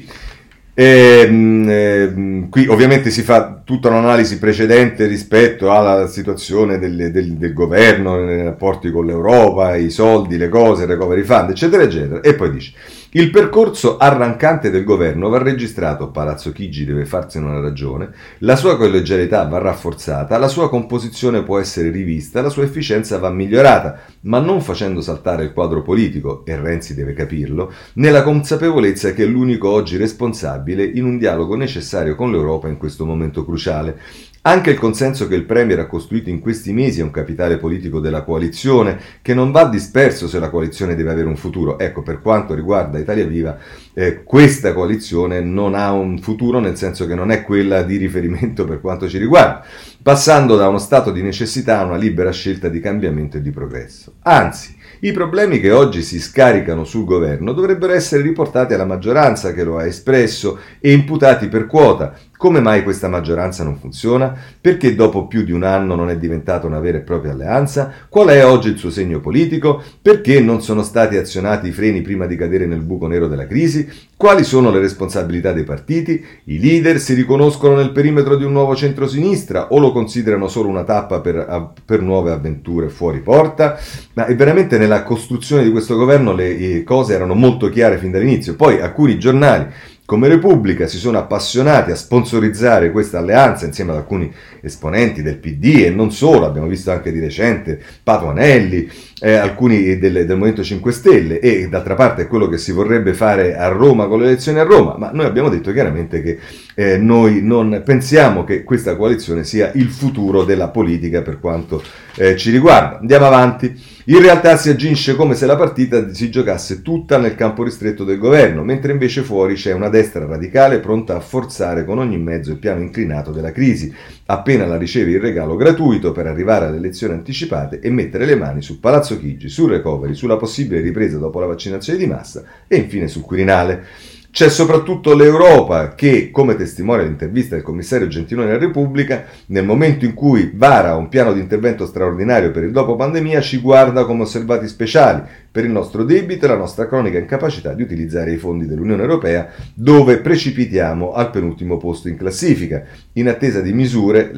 Qui ovviamente si fa tutta un'analisi precedente rispetto alla situazione del governo nei rapporti con l'Europa, i soldi, le cose, il recovery fund, eccetera, eccetera, e poi dice: il percorso arrancante del governo va registrato, Palazzo Chigi deve farsene una ragione, la sua collegialità va rafforzata, la sua composizione può essere rivista, la sua efficienza va migliorata, ma non facendo saltare il quadro politico, e Renzi deve capirlo, nella consapevolezza che è l'unico oggi responsabile in un dialogo necessario con l'Europa in questo momento cruciale. Anche il consenso che il Premier ha costruito in questi mesi è un capitale politico della coalizione che non va disperso se la coalizione deve avere un futuro. Ecco, per quanto riguarda Italia Viva, questa coalizione non ha un futuro, nel senso che non è quella di riferimento per quanto ci riguarda, passando da uno stato di necessità a una libera scelta di cambiamento e di progresso. Anzi, i problemi che oggi si scaricano sul governo dovrebbero essere riportati alla maggioranza che lo ha espresso e imputati per quota. Come mai questa maggioranza non funziona? Perché dopo più di un anno non è diventata una vera e propria alleanza? Qual è oggi il suo segno politico? Perché non sono stati azionati i freni prima di cadere nel buco nero della crisi? Quali sono le responsabilità dei partiti? I leader si riconoscono nel perimetro di un nuovo centrosinistra o lo considerano solo una tappa per nuove avventure fuori porta? Ma veramente nella costruzione di questo governo le cose erano molto chiare fin dall'inizio. Poi alcuni giornali come Repubblica si sono appassionati a sponsorizzare questa alleanza insieme ad alcuni esponenti del PD e non solo, abbiamo visto anche di recente Patuanelli, alcuni del Movimento 5 Stelle, e d'altra parte è quello che si vorrebbe fare a Roma con le elezioni a Roma, ma noi abbiamo detto chiaramente che noi non pensiamo che questa coalizione sia il futuro della politica per quanto ci riguarda. Andiamo avanti. In realtà si agisce come se la partita si giocasse tutta nel campo ristretto del governo, mentre invece fuori c'è una destra radicale pronta a forzare con ogni mezzo il piano inclinato della crisi, appena la riceve il regalo gratuito per arrivare alle elezioni anticipate e mettere le mani su Palazzo Chigi, sul recovery, sulla possibile ripresa dopo la vaccinazione di massa e infine sul Quirinale. C'è soprattutto l'Europa che, come testimonia l'intervista del commissario Gentiloni alla Repubblica, nel momento in cui vara un piano di intervento straordinario per il dopo pandemia, ci guarda come osservati speciali per il nostro debito e la nostra cronica incapacità di utilizzare i fondi dell'Unione Europea, dove precipitiamo al penultimo posto in classifica, in attesa di misurare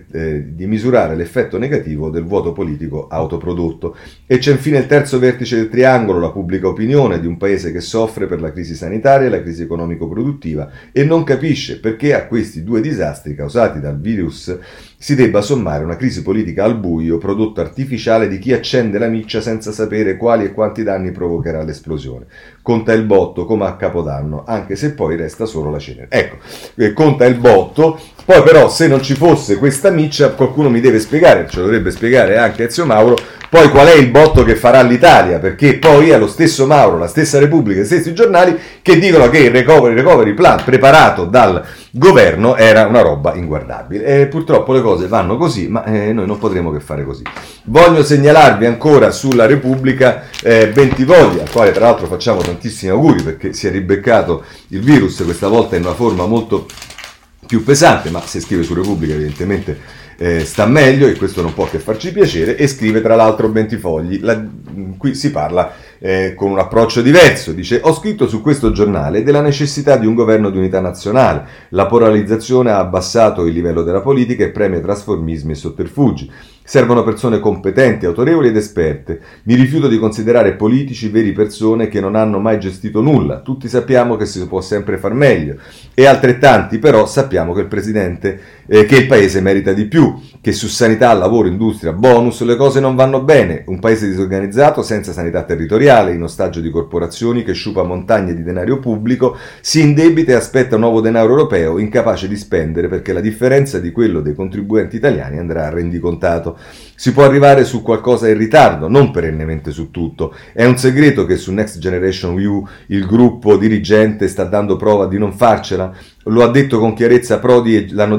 l'effetto negativo del vuoto politico autoprodotto. E c'è infine il terzo vertice del triangolo, la pubblica opinione di un paese che soffre per la crisi sanitaria e la crisi economico-produttiva e non capisce perché a questi due disastri causati dal virus si debba sommare una crisi politica al buio, prodotto artificiale di chi accende la miccia senza sapere quali e quanti danni provocherà l'esplosione. Conta il botto come a Capodanno, anche se poi resta solo la cenere. Ecco, conta il botto, poi però se non ci fosse questa miccia qualcuno mi deve spiegare, ce lo dovrebbe spiegare anche Ezio Mauro, poi qual è il botto che farà l'Italia, perché poi è lo stesso Mauro, la stessa Repubblica, gli stessi giornali che dicono che il recovery plan preparato dal governo era una roba inguardabile. E purtroppo le cose vanno così, ma noi non potremo che fare così. Voglio segnalarvi ancora sulla Repubblica Bentivoglia, al quale tra l'altro facciamo tantissimi auguri perché si è ribeccato il virus, questa volta in una forma molto più pesante, ma se scrive su Repubblica evidentemente sta meglio e questo non può che farci piacere. E scrive tra l'altro Bentifogli, qui si parla con un approccio diverso. Dice: ho scritto su questo giornale della necessità di un governo di unità nazionale. La polarizzazione ha abbassato il livello della politica e premia trasformismi e sotterfugi. Servono persone competenti, autorevoli ed esperte. Mi rifiuto di considerare politici veri persone che non hanno mai gestito nulla. Tutti sappiamo che si può sempre far meglio e altrettanti però sappiamo che che il paese merita di più, che su sanità, lavoro, industria, bonus le cose non vanno bene. Un paese disorganizzato, senza sanità territoriale, in ostaggio di corporazioni, che sciupa montagne di denaro pubblico, si indebita e aspetta un nuovo denaro europeo, incapace di spendere perché la differenza di quello dei contribuenti italiani andrà rendicontato. Si può arrivare su qualcosa in ritardo, non perennemente su tutto. È un segreto che su Next Generation EU il gruppo dirigente sta dando prova di non farcela? L'hanno detto con chiarezza Prodi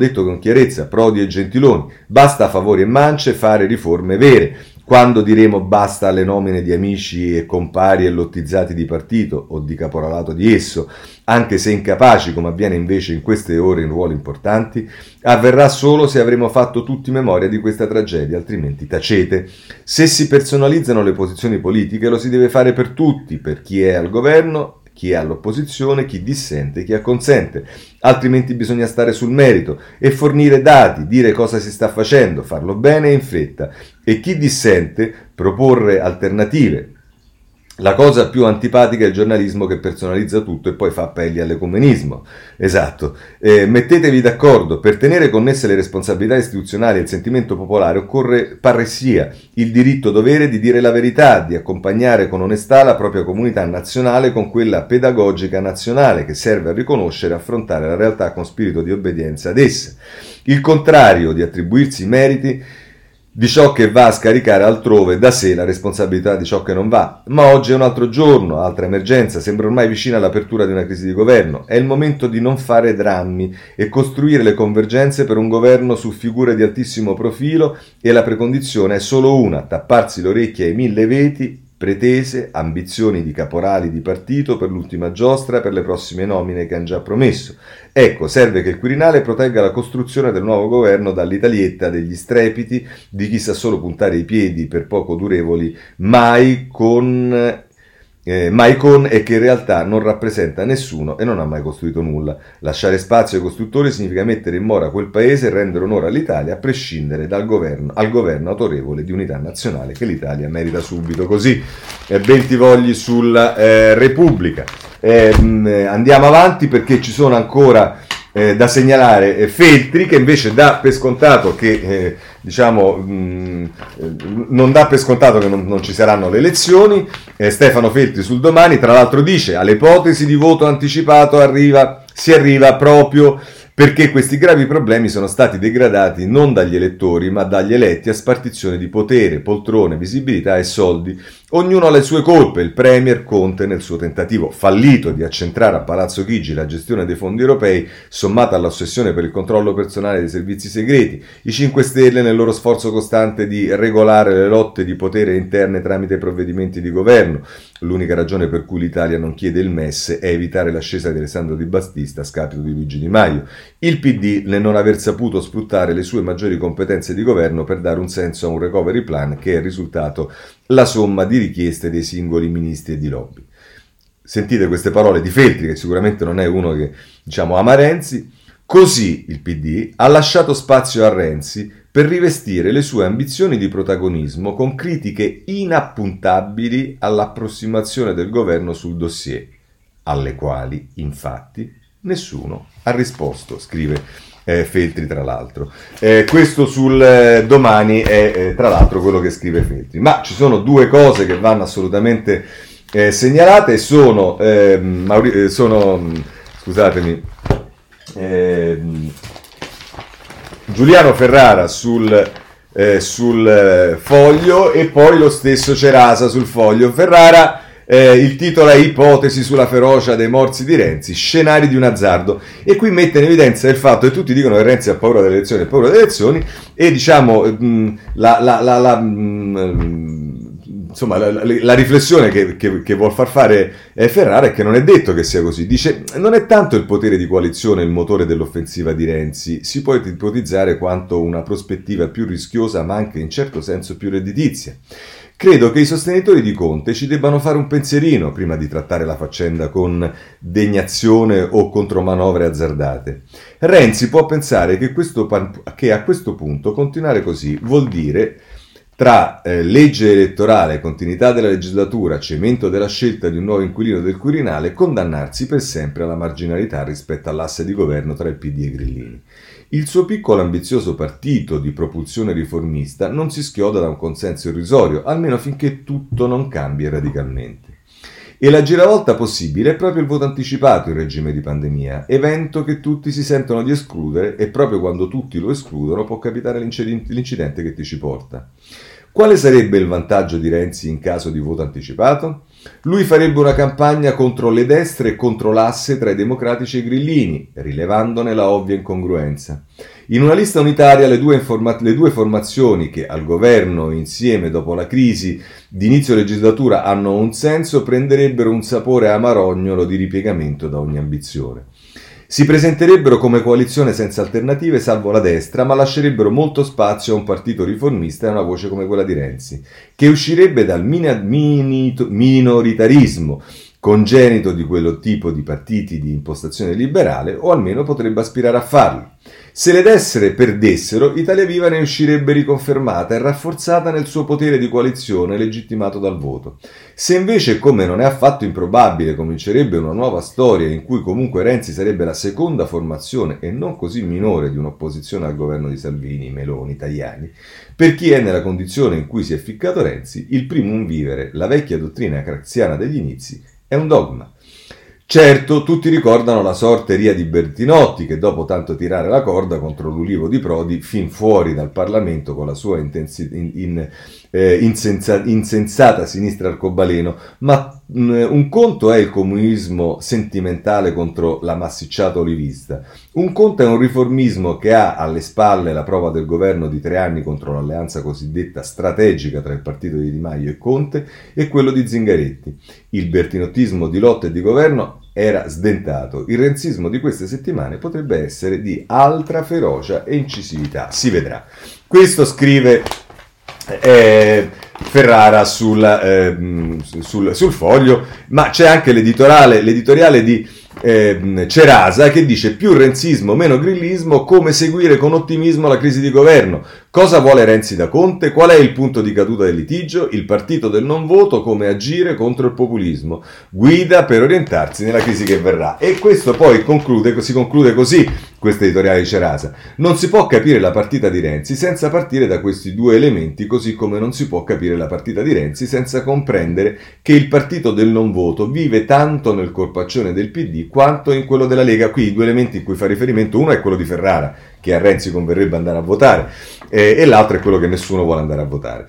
e Gentiloni. Basta favori e mance, fare riforme vere. Quando diremo basta alle nomine di amici e compari e lottizzati di partito o di caporalato di esso, anche se incapaci, come avviene invece in queste ore in ruoli importanti, avverrà solo se avremo fatto tutti memoria di questa tragedia, altrimenti tacete. Se si personalizzano le posizioni politiche lo si deve fare per tutti, per chi è al governo, chi è all'opposizione, chi dissente, chi acconsente. Altrimenti bisogna stare sul merito e fornire dati, dire cosa si sta facendo, farlo bene e in fretta. E chi dissente proporre alternative. La cosa più antipatica è il giornalismo che personalizza tutto e poi fa appelli all'ecumenismo. Esatto. Mettetevi d'accordo. Per tenere connesse le responsabilità istituzionali e il sentimento popolare occorre parressia, il diritto-dovere di dire la verità, di accompagnare con onestà la propria comunità nazionale con quella pedagogica nazionale che serve a riconoscere e affrontare la realtà con spirito di obbedienza ad essa. Il contrario di attribuirsi i meriti di ciò che va a scaricare altrove da sé la responsabilità di ciò che non va. Ma oggi è un altro giorno, altra emergenza, sembra ormai vicina all'apertura di una crisi di governo. È il momento di non fare drammi e costruire le convergenze per un governo su figure di altissimo profilo, e la precondizione è solo una: tapparsi le orecchie ai 1000 veti, pretese, ambizioni di caporali di partito per l'ultima giostra, per le prossime nomine che hanno già promesso. Ecco, serve che il Quirinale protegga la costruzione del nuovo governo dall'Italietta, degli strepiti, di chi sa solo puntare i piedi per poco durevoli, mai con e che in realtà non rappresenta nessuno e non ha mai costruito nulla. Lasciare spazio ai costruttori significa mettere in mora quel paese e rendere onore all'Italia, a prescindere al governo autorevole di unità nazionale che l'Italia merita subito. Così Bentivogli sulla Repubblica. Andiamo avanti perché ci sono ancora da segnalare Feltri, che invece dà per scontato che non dà per scontato che non ci saranno le elezioni. Stefano Feltri sul Domani tra l'altro dice: alle ipotesi di voto anticipato si arriva proprio perché questi gravi problemi sono stati degradati non dagli elettori ma dagli eletti a spartizione di potere, poltrone, visibilità e soldi. Ognuno ha le sue colpe. Il premier Conte, nel suo tentativo fallito di accentrare a Palazzo Chigi la gestione dei fondi europei, sommata all'ossessione per il controllo personale dei servizi segreti, i 5 Stelle nel loro sforzo costante di regolare le lotte di potere interne tramite provvedimenti di governo. L'unica ragione per cui l'Italia non chiede il MES è evitare l'ascesa di Alessandro Di Battista a scapito di Luigi Di Maio. Il PD nel non aver saputo sfruttare le sue maggiori competenze di governo per dare un senso a un recovery plan che è risultato la somma di richieste dei singoli ministri e di lobby. Sentite queste parole di Feltri, che sicuramente non è uno che ama Renzi. Così il PD ha lasciato spazio a Renzi per rivestire le sue ambizioni di protagonismo con critiche inappuntabili all'approssimazione del governo sul dossier, alle quali, infatti, nessuno ha risposto, scrive Feltri tra l'altro. Questo sul Domani è tra l'altro quello che scrive Feltri. Ma ci sono due cose che vanno assolutamente segnalate, scusatemi, Giuliano Ferrara sul Foglio e poi lo stesso Cerasa sul Foglio. Ferrara, il titolo è Ipotesi sulla ferocia dei morsi di Renzi, scenari di un azzardo, e qui mette in evidenza il fatto che tutti dicono che Renzi ha paura delle elezioni, e la riflessione che vuol far fare Ferrara è che non è detto che sia così. Dice: non è tanto il potere di coalizione il motore dell'offensiva di Renzi, si può ipotizzare quanto una prospettiva più rischiosa ma anche in certo senso più redditizia. Credo che i sostenitori di Conte ci debbano fare un pensierino prima di trattare la faccenda con degnazione o contromanovre azzardate. Renzi può pensare che a questo punto continuare così vuol dire, tra legge elettorale, continuità della legislatura, cemento della scelta di un nuovo inquilino del Quirinale, condannarsi per sempre alla marginalità rispetto all'asse di governo tra il PD e i Grillini. Il suo piccolo ambizioso partito di propulsione riformista non si schioda da un consenso irrisorio, almeno finché tutto non cambia radicalmente. E la giravolta possibile è proprio il voto anticipato in regime di pandemia, evento che tutti si sentono di escludere e proprio quando tutti lo escludono può capitare l'incidente che ti ci porta. Quale sarebbe il vantaggio di Renzi in caso di voto anticipato? Lui farebbe una campagna contro le destre e contro l'asse tra i democratici e i grillini, rilevandone la ovvia incongruenza. In una lista unitaria le due formazioni che al governo insieme dopo la crisi di inizio legislatura hanno un senso prenderebbero un sapore amarognolo di ripiegamento da ogni ambizione. Si presenterebbero come coalizione senza alternative salvo la destra, ma lascerebbero molto spazio a un partito riformista e a una voce come quella di Renzi, che uscirebbe dal minoritarismo, congenito di quello tipo di partiti di impostazione liberale, o almeno potrebbe aspirare a farlo. Se le destre perdessero, Italia Viva ne uscirebbe riconfermata e rafforzata nel suo potere di coalizione legittimato dal voto. Se invece, come non è affatto improbabile, comincerebbe una nuova storia in cui comunque Renzi sarebbe la seconda formazione e non così minore di un'opposizione al governo di Salvini, Meloni, Tajani, per chi è nella condizione in cui si è ficcato Renzi, il primum vivere, la vecchia dottrina craxiana degli inizi, è un dogma. Certo, tutti ricordano la sorteria di Bertinotti che dopo tanto tirare la corda contro l'Ulivo di Prodi fin fuori dal Parlamento con la sua insensata sinistra arcobaleno, ma un conto è il comunismo sentimentale contro la massicciata olivista, un conto è un riformismo che ha alle spalle la prova del governo di 3 anni contro l'alleanza cosiddetta strategica tra il partito di Di Maio e Conte e quello di Zingaretti. Il bertinottismo di lotta e di governo era sdentato. Il renzismo di queste settimane potrebbe essere di altra ferocia e incisività. Si vedrà. Questo scrive Ferrara sul Foglio, ma c'è anche l'editoriale di Cerasa che dice più renzismo, meno grillismo, come seguire con ottimismo la crisi di governo. Cosa vuole Renzi da Conte? Qual è il punto di caduta del litigio? Il partito del non voto, come agire contro il populismo. Guida per orientarsi nella crisi che verrà. E questo poi si conclude così, questo editoriale di Cerasa. Non si può capire la partita di Renzi senza partire da questi due elementi, così come non si può capire la partita di Renzi senza comprendere che il partito del non voto vive tanto nel corpaccione del PD quanto in quello della Lega. Qui i due elementi in cui fa riferimento, uno è quello di Ferrara, che a Renzi converrebbe andare a votare, e l'altro è quello che nessuno vuole andare a votare.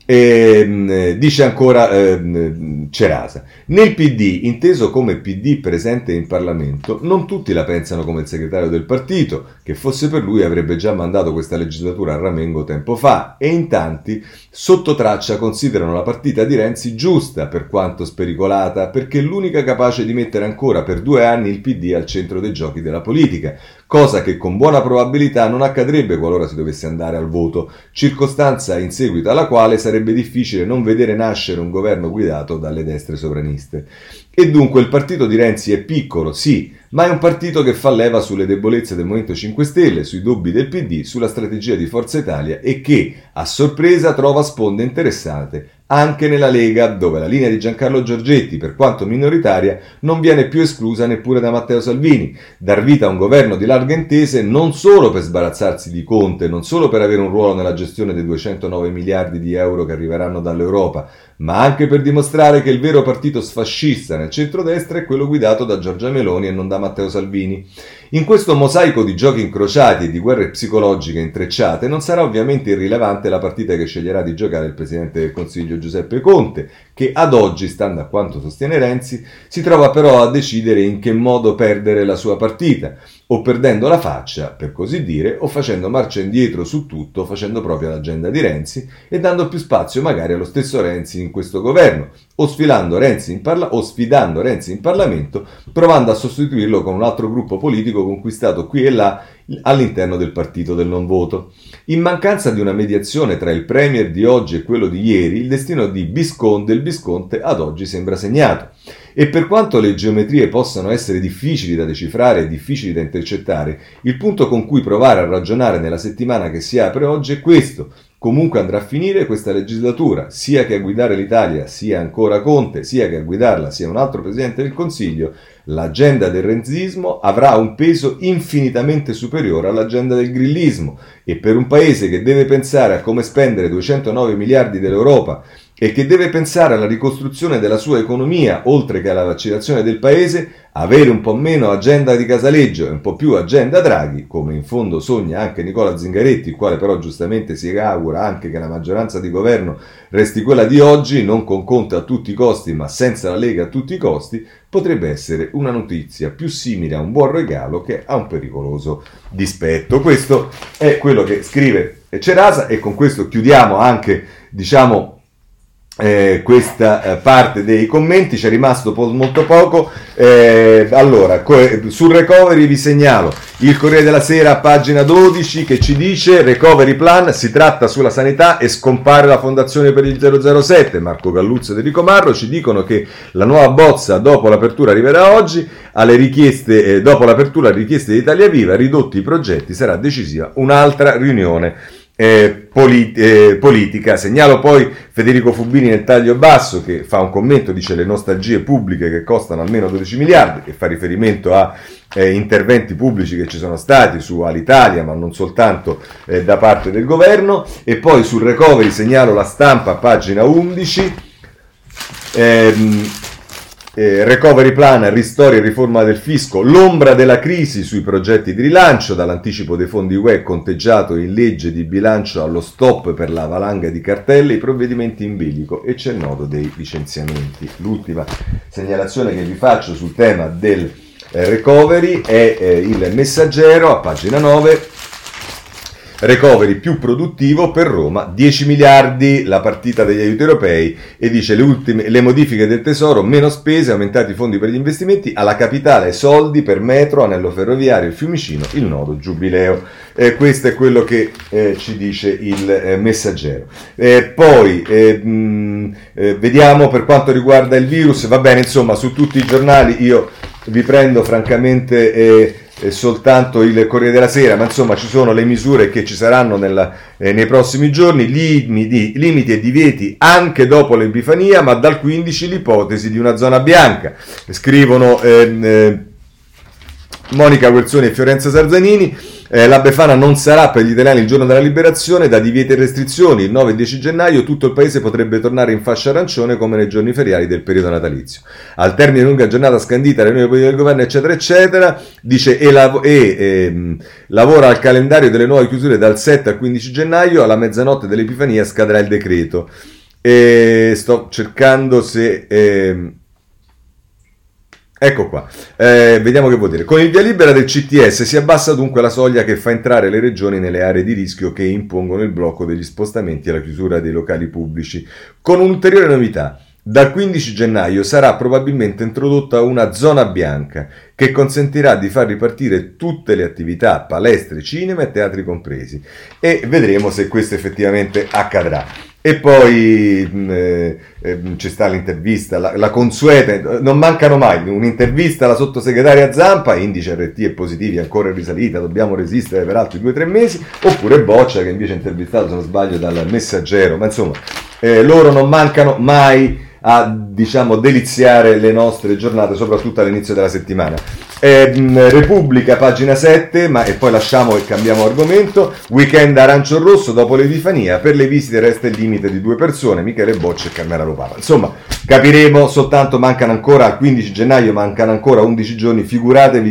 Dice ancora Cerasa, nel PD, inteso come PD presente in Parlamento, non tutti la pensano come il segretario del partito, che fosse per lui avrebbe già mandato questa legislatura a ramengo tempo fa, e in tanti sotto traccia considerano la partita di Renzi giusta per quanto spericolata, perché è l'unica capace di mettere ancora per 2 anni il PD al centro dei giochi della politica, cosa che con buona probabilità non accadrebbe qualora si dovesse andare al voto, circostanza in seguito alla quale sarebbe difficile non vedere nascere un governo guidato dalle destre sovraniste. E dunque il partito di Renzi è piccolo, sì, ma è un partito che fa leva sulle debolezze del Movimento 5 Stelle, sui dubbi del PD, sulla strategia di Forza Italia e che, a sorpresa, trova sponde interessate anche nella Lega, dove la linea di Giancarlo Giorgetti, per quanto minoritaria, non viene più esclusa neppure da Matteo Salvini. Dar vita a un governo di larghe intese non solo per sbarazzarsi di Conte, non solo per avere un ruolo nella gestione dei 209 miliardi di euro che arriveranno dall'Europa, ma anche per dimostrare che il vero partito sfascista nel centrodestra è quello guidato da Giorgia Meloni e non da Matteo Salvini. In questo mosaico di giochi incrociati e di guerre psicologiche intrecciate non sarà ovviamente irrilevante la partita che sceglierà di giocare il Presidente del Consiglio Giuseppe Conte, che ad oggi, stando a quanto sostiene Renzi, si trova però a decidere in che modo perdere la sua partita, o perdendo la faccia, per così dire, o facendo marcia indietro su tutto, facendo propria l'agenda di Renzi e dando più spazio magari allo stesso Renzi in questo governo, o sfidando Renzi in Parlamento, provando a sostituirlo con un altro gruppo politico conquistato qui e là all'interno del partito del non voto. In mancanza di una mediazione tra il premier di oggi e quello di ieri, il destino del Visconte ad oggi sembra segnato. E per quanto le geometrie possano essere difficili da decifrare e difficili da intercettare, il punto con cui provare a ragionare nella settimana che si apre oggi è questo. Comunque andrà a finire questa legislatura, sia che a guidare l'Italia sia ancora Conte, sia che a guidarla sia un altro Presidente del Consiglio, l'agenda del renzismo avrà un peso infinitamente superiore all'agenda del grillismo, e per un paese che deve pensare a come spendere 209 miliardi dell'Europa e che deve pensare alla ricostruzione della sua economia, oltre che alla vaccinazione del paese, avere un po' meno agenda di Casaleggio e un po' più agenda Draghi, come in fondo sogna anche Nicola Zingaretti, il quale però giustamente si augura anche che la maggioranza di governo resti quella di oggi, non con Conte a tutti i costi ma senza la Lega a tutti i costi, potrebbe essere una notizia più simile a un buon regalo che a un pericoloso dispetto. Questo è quello che scrive Cerasa, e con questo chiudiamo anche, questa parte dei commenti. C'è rimasto molto poco. Allora, sul recovery vi segnalo il Corriere della Sera a pagina 12 che ci dice: recovery plan, si tratta sulla sanità e scompare la fondazione per il 007. Marco Galluzzo ed Enrico Marro ci dicono che la nuova bozza dopo l'apertura arriverà oggi. Alle richieste, dopo l'apertura alle richieste di Italia Viva, ridotti i progetti, sarà decisiva un'altra riunione politica. Segnalo poi Federico Fubini nel taglio basso che fa un commento, dice: le nostalgie pubbliche che costano almeno 12 miliardi, che fa riferimento a interventi pubblici che ci sono stati su Alitalia, ma non soltanto da parte del governo. E poi sul recovery segnalo La Stampa, pagina 11. Recovery plan, ristori e riforma del fisco, l'ombra della crisi sui progetti di rilancio, dall'anticipo dei fondi UE conteggiato in legge di bilancio allo stop per la valanga di cartelle, i provvedimenti in bilico, e c'è il nodo dei licenziamenti. L'ultima segnalazione che vi faccio sul tema del recovery è il Messaggero a pagina 9. Recovery più produttivo per Roma, 10 miliardi la partita degli aiuti europei, e dice le modifiche del tesoro, meno spese, aumentati i fondi per gli investimenti, alla capitale soldi per metro, anello ferroviario, il Fiumicino, il nodo Giubileo. Questo è quello che ci dice il Messaggero. Poi vediamo per quanto riguarda il virus, va bene, insomma, su tutti i giornali io vi prendo francamente soltanto il Corriere della Sera, ma insomma ci sono le misure che ci saranno nei prossimi giorni, limiti e divieti anche dopo l'Epifania, ma dal 15 l'ipotesi di una zona bianca. Scrivono Monica Guerzoni e Fiorenza Sarzanini. La Befana non sarà per gli italiani il giorno della liberazione, da divieti e restrizioni. Il 9 e 10 gennaio tutto il paese potrebbe tornare in fascia arancione come nei giorni feriali del periodo natalizio. Al termine di lunga giornata scandita, riunione politica del governo, eccetera, eccetera, dice lavora al calendario delle nuove chiusure dal 7 al 15 gennaio, alla mezzanotte dell'Epifania scadrà il decreto. Sto cercando se... Ecco qua, vediamo che vuol dire. Con il via libera del CTS si abbassa dunque la soglia che fa entrare le regioni nelle aree di rischio che impongono il blocco degli spostamenti e la chiusura dei locali pubblici. Con un'ulteriore novità, dal 15 gennaio sarà probabilmente introdotta una zona bianca che consentirà di far ripartire tutte le attività, palestre, cinema e teatri compresi. E vedremo se questo effettivamente accadrà. E poi ci sta l'intervista, la consueta, non mancano mai, un'intervista alla sottosegretaria Zampa, indice RT e positivi ancora in risalita, dobbiamo resistere per altri 2-3 mesi, oppure Boccia che invece è intervistato, se non sbaglio, dal Messaggero, ma insomma loro non mancano mai a, diciamo, deliziare le nostre giornate, soprattutto all'inizio della settimana. Repubblica, pagina 7, e poi lasciamo e cambiamo argomento. Weekend arancio-rosso dopo l'Epifania, per le visite resta il limite di 2 persone, Michele Boccia e Carmela Lopapa. Insomma, capiremo, soltanto mancano ancora, al 15 gennaio mancano ancora 11 giorni, figuratevi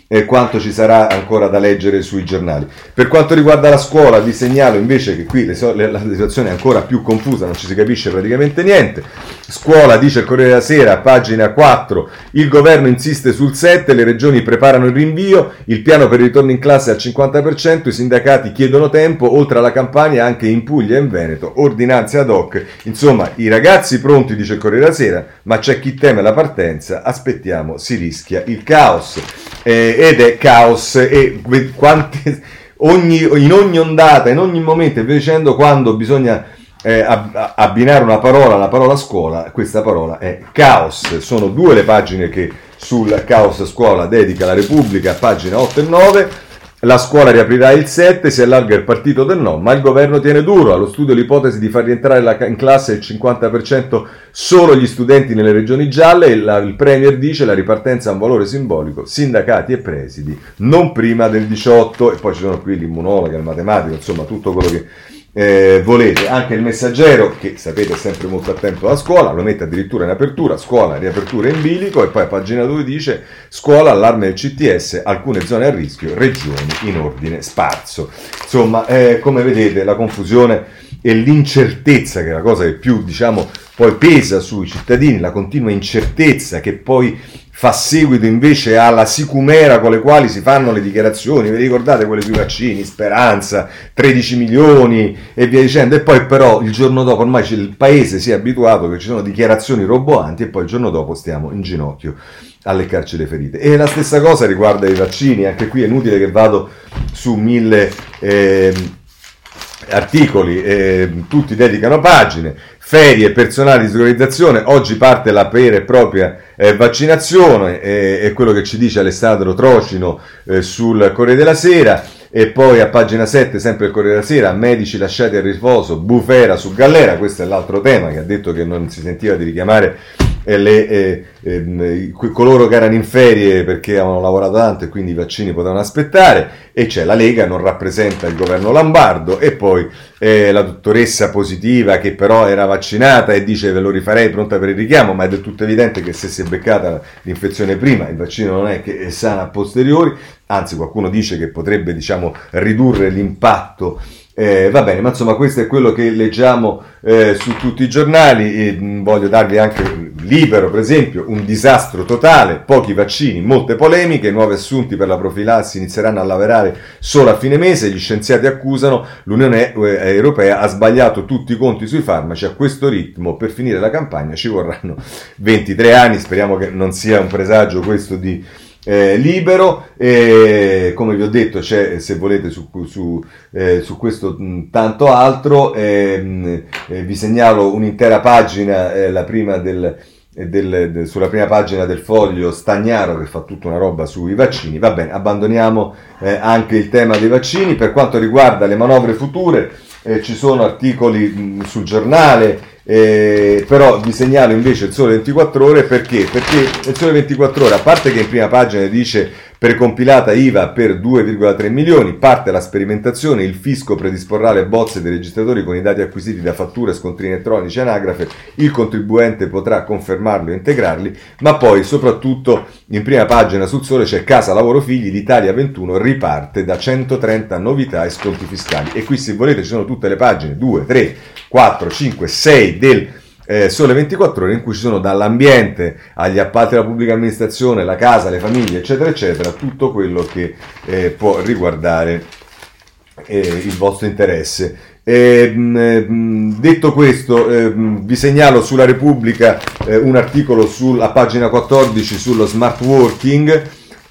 quanto ci sarà ancora da leggere sui giornali. Per quanto riguarda la scuola, vi segnalo invece che qui la situazione è ancora più confusa, non ci si capisce praticamente niente. Scuola, dice il Corriere della Sera, pagina 4, il governo insiste sul 7, le regioni preparano il rinvio, il piano per il ritorno in classe al 50%, i sindacati chiedono tempo, oltre alla Campania anche in Puglia e in Veneto, ordinanze ad hoc. Insomma, i ragazzi pronti, dice il Corriere della Sera, ma c'è chi teme la partenza, aspettiamo, si rischia il caos. Ed è caos, e in ogni ondata, in ogni momento, e via dicendo, quando bisogna abbinare una parola alla parola scuola, questa parola è caos. Sono 2 le pagine che sul caos scuola dedica la Repubblica, pagina 8 e 9. La scuola riaprirà il 7, si allarga il partito del no, ma il governo tiene duro. Allo studio l'ipotesi di far rientrare in classe il 50% solo gli studenti nelle regioni gialle. Il Premier dice la ripartenza ha un valore simbolico, sindacati e presidi, non prima del 18. E poi ci sono qui l'immunologa, il matematico, insomma tutto quello che volete. Anche il Messaggero, che sapete è sempre molto attento alla scuola, lo mette addirittura in apertura, scuola, riapertura in bilico, e poi a pagina 2 dice scuola, allarme del CTS, alcune zone a rischio, regioni in ordine sparso. Insomma, come vedete, la confusione e l'incertezza, che è la cosa che più, diciamo, poi pesa sui cittadini, la continua incertezza che poi fa seguito invece alla sicumera con le quali si fanno le dichiarazioni. Vi ricordate quelle sui vaccini, Speranza, 13 milioni e via dicendo, e poi però il giorno dopo ormai il paese si è abituato che ci sono dichiarazioni roboanti, e poi il giorno dopo stiamo in ginocchio a leccarci le ferite. E la stessa cosa riguarda i vaccini. Anche qui è inutile che vado su 1000 articoli, tutti dedicano pagine. Ferie, personale di sincronizzazione, oggi parte la vera e propria vaccinazione, è quello che ci dice Alessandro Trocino sul Corriere della Sera. E poi a pagina 7, sempre il Corriere della Sera, medici lasciati a riposo, bufera su Gallera. Questo è l'altro tema, che ha detto che non si sentiva di richiamare coloro che erano in ferie perché avevano lavorato tanto e quindi i vaccini potevano aspettare. E c'è la Lega, non rappresenta il governo lombardo, e poi la dottoressa Positiva che però era vaccinata e dice ve lo rifarei, pronta per il richiamo, ma è del tutto evidente che se si è beccata l'infezione prima, il vaccino non è che è sana a posteriori, anzi qualcuno dice che potrebbe, diciamo, ridurre l'impatto. Va bene, ma insomma questo è quello che leggiamo su tutti i giornali. E voglio darvi anche Libero, per esempio, un disastro totale, pochi vaccini, molte polemiche, nuovi assunti per la profilassi inizieranno a lavorare solo a fine mese, gli scienziati accusano l'Unione Europea ha sbagliato tutti i conti sui farmaci, a questo ritmo per finire la campagna ci vorranno 23 anni, speriamo che non sia un presagio questo di Libero. Come vi ho detto c'è, se volete, su questo tanto altro, vi segnalo un'intera pagina, la prima sulla prima pagina del Foglio, Stagnaro che fa tutta una roba sui vaccini. Va bene, abbandoniamo anche il tema dei vaccini. Per quanto riguarda le manovre future, ci sono articoli sul giornale. Però vi segnalo invece il Sole 24 Ore, perché il Sole 24 Ore, a parte che in prima pagina dice precompilata IVA per 2,3 milioni, parte la sperimentazione, il fisco predisporrà le bozze dei registratori con i dati acquisiti da fatture, scontrini elettronici e anagrafe, il contribuente potrà confermarli o integrarli, ma poi soprattutto in prima pagina sul Sole c'è Casa, Lavoro, Figli, l'Italia 21 riparte da 130 novità e sconti fiscali, e qui se volete ci sono tutte le pagine 2, 3, 4, 5, 6 del Sole 24 Ore, in cui ci sono dall'ambiente agli appalti della pubblica amministrazione, la casa, le famiglie, eccetera eccetera, tutto quello che può riguardare il vostro interesse. Detto questo, vi segnalo sulla Repubblica un articolo a pagina 14 sullo smart working.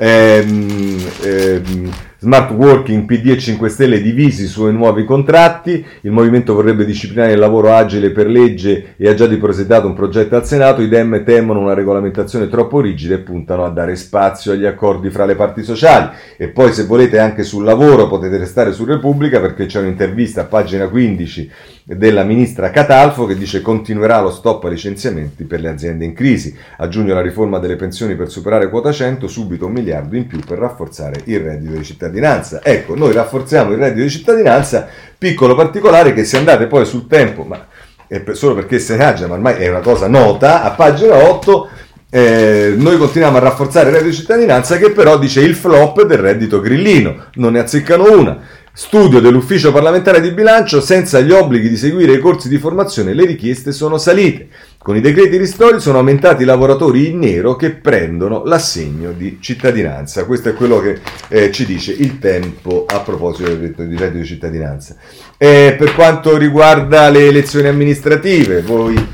Smart working, PD e 5 Stelle divisi sui nuovi contratti, il movimento vorrebbe disciplinare il lavoro agile per legge e ha già depositato un progetto al Senato, i Dem temono una regolamentazione troppo rigida e puntano a dare spazio agli accordi fra le parti sociali. E poi se volete anche sul lavoro potete restare su Repubblica, perché c'è un'intervista a pagina 15 della ministra Catalfo che dice continuerà lo stop ai licenziamenti per le aziende in crisi, a giugno la riforma delle pensioni per superare quota 100, subito 1 miliardo in più per rafforzare il reddito di cittadinanza. Ecco, noi rafforziamo il reddito di cittadinanza, piccolo particolare che se andate poi sul Tempo, ma è solo perché se ne aggia, ma ormai è una cosa nota, a pagina 8 noi continuiamo a rafforzare il reddito di cittadinanza, che però dice il flop del reddito grillino, non ne azzeccano una. Studio dell'ufficio parlamentare di bilancio: senza gli obblighi di seguire i corsi di formazione le richieste sono salite. Con i decreti ristori sono aumentati i lavoratori in nero che prendono l'assegno di cittadinanza. Questo è quello che ci dice Il Tempo a proposito del reddito di cittadinanza. Per quanto riguarda le elezioni amministrative, voi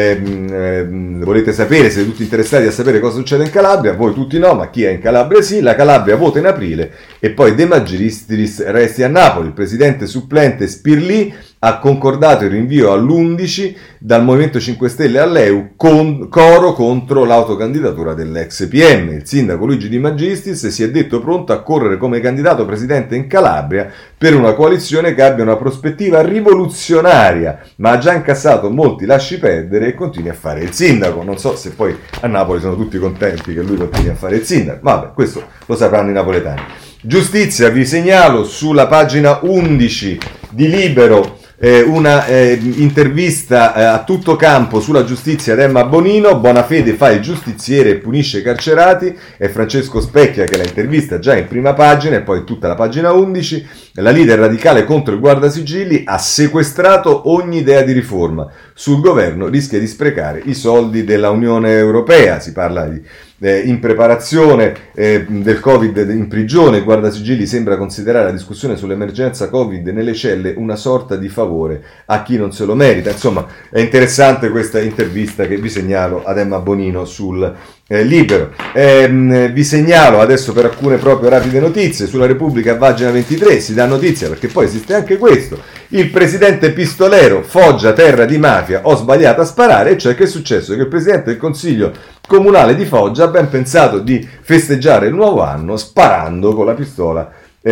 volete sapere, siete tutti interessati a sapere cosa succede in Calabria, voi tutti no, ma chi è in Calabria sì. La Calabria vota in aprile e poi De Magistris resti a Napoli. Il presidente supplente Spirlì ha concordato il rinvio all'11 dal Movimento 5 Stelle all'EU, coro contro l'autocandidatura dell'ex PM. Il sindaco Luigi De Magistris si è detto pronto a correre come candidato presidente in Calabria per una coalizione che abbia una prospettiva rivoluzionaria, ma ha già incassato molti lasci perdere e continui a fare il sindaco. Non so se poi a Napoli sono tutti contenti che lui continui a fare il sindaco, vabbè, questo lo sapranno i napoletani. Giustizia, vi segnalo sulla pagina 11 di Libero una intervista a tutto campo sulla giustizia ad Emma Bonino. Bonafede fa il giustiziere e punisce i carcerati. È Francesco Specchia che la intervista già in prima pagina e poi tutta la pagina 11. La leader radicale contro il guardasigilli ha sequestrato ogni idea di riforma. Sul governo rischia di sprecare i soldi della Unione Europea. Si parla di in preparazione del Covid in prigione. Il guardasigilli sembra considerare la discussione sull'emergenza Covid nelle celle una sorta di favore a chi non se lo merita. Insomma, è interessante questa intervista che vi segnalo ad Emma Bonino sul Libero. Vi segnalo adesso per alcune proprio rapide notizie. Sulla Repubblica, pagina 23, si dà notizia, perché poi esiste anche questo: il presidente pistolero, Foggia terra di mafia, ho sbagliato a sparare. E cioè, che è successo? Che il presidente del Consiglio Comunale di Foggia ha ben pensato di festeggiare il nuovo anno sparando con la pistola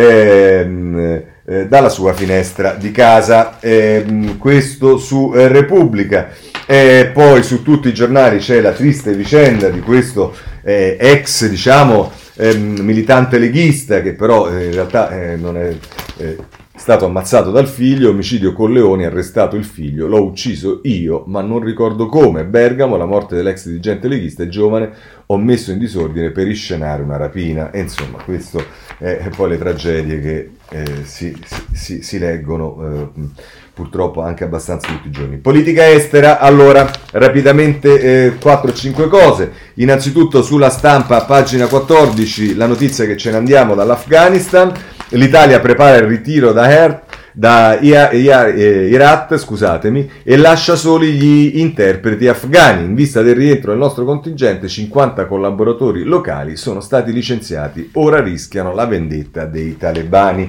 dalla sua finestra di casa. Questo su Repubblica. Poi su tutti i giornali c'è la triste vicenda di questo ex, diciamo, militante leghista, che però in realtà non è stato ammazzato dal figlio, omicidio Colleoni, arrestato il figlio, l'ho ucciso io, ma non ricordo come. Bergamo, la morte dell'ex dirigente leghista, è giovane, ho messo in disordine per inscenare una rapina. E insomma, questo è poi le tragedie che si leggono purtroppo anche abbastanza tutti i giorni. Politica estera, allora, rapidamente 4-5 cose. Innanzitutto sulla Stampa, pagina 14, la notizia che ce ne andiamo dall'Afghanistan. L'Italia prepara il ritiro da Herat, scusatemi, e lascia soli gli interpreti afghani. In vista del rientro del nostro contingente, 50 collaboratori locali sono stati licenziati, ora rischiano la vendetta dei talebani.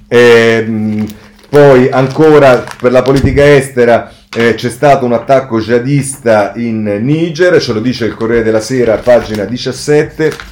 Poi ancora per la politica estera c'è stato un attacco jihadista in Niger, ce lo dice il Corriere della Sera, pagina 17.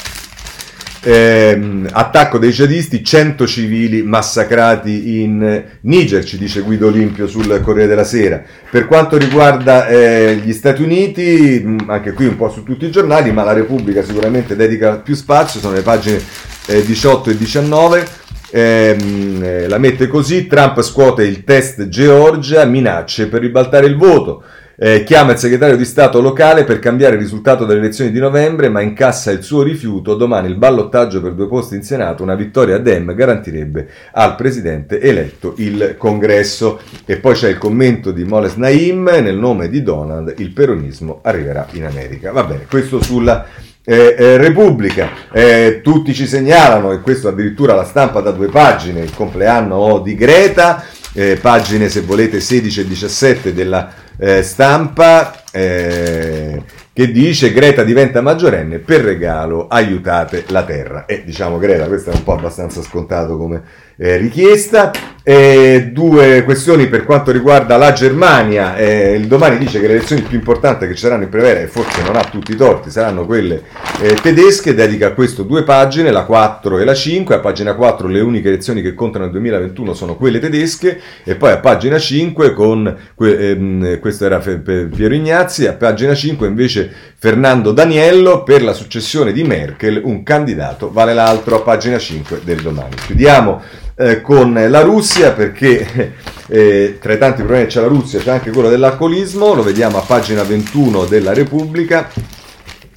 Attacco dei jihadisti, 100 civili massacrati in Niger, ci dice Guido Olimpio sul Corriere della Sera. Per quanto riguarda gli Stati Uniti, anche qui un po' su tutti i giornali, ma la Repubblica sicuramente dedica più spazio, sono le pagine 18 e 19. La mette così: Trump scuote il test Georgia, minacce per ribaltare il voto. Chiama il segretario di Stato locale per cambiare il risultato delle elezioni di novembre, ma incassa il suo rifiuto. Domani il ballottaggio per 2 posti in Senato, una vittoria Dem garantirebbe al presidente eletto il congresso. E poi c'è il commento di Moles Naim: nel nome di Donald il peronismo arriverà in America. Va bene, questo sulla Repubblica. Tutti ci segnalano, e questo addirittura la Stampa da 2 pagine, il compleanno di Greta, pagine se volete 16 e 17 della Stampa, che dice: Greta diventa maggiorenne, per regalo aiutate la terra. E diciamo, Greta, questo è un po' abbastanza scontato come richiesta. 2 questioni per quanto riguarda la Germania. Il Domani dice che le elezioni più importanti che ci saranno in primavera, e forse non ha tutti i torti, saranno quelle tedesche. Dedica a questo 2 pagine, la 4 e la 5. A pagina 4 le uniche elezioni che contano nel 2021 sono quelle tedesche, e poi a pagina 5 con questo era Piero Ignazzi, a pagina 5 invece Fernando Daniello: per la successione di Merkel un candidato vale l'altro, a pagina 5 del Domani. Chiudiamo con la Russia, perché tra i tanti problemi che c'è la Russia c'è anche quello dell'alcolismo, lo vediamo a pagina 21 della Repubblica.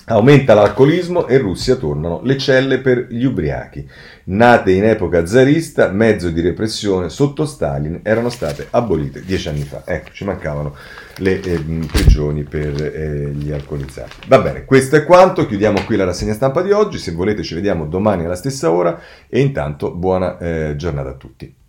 Aumenta l'alcolismo e in Russia tornano le celle per gli ubriachi. Nate in epoca zarista, mezzo di repressione sotto Stalin, erano state abolite 10 anni fa. Ecco, ci mancavano le prigioni per gli alcolizzati. Va bene, questo è quanto. Chiudiamo qui la rassegna stampa di oggi. Se volete ci vediamo domani alla stessa ora e intanto buona giornata a tutti.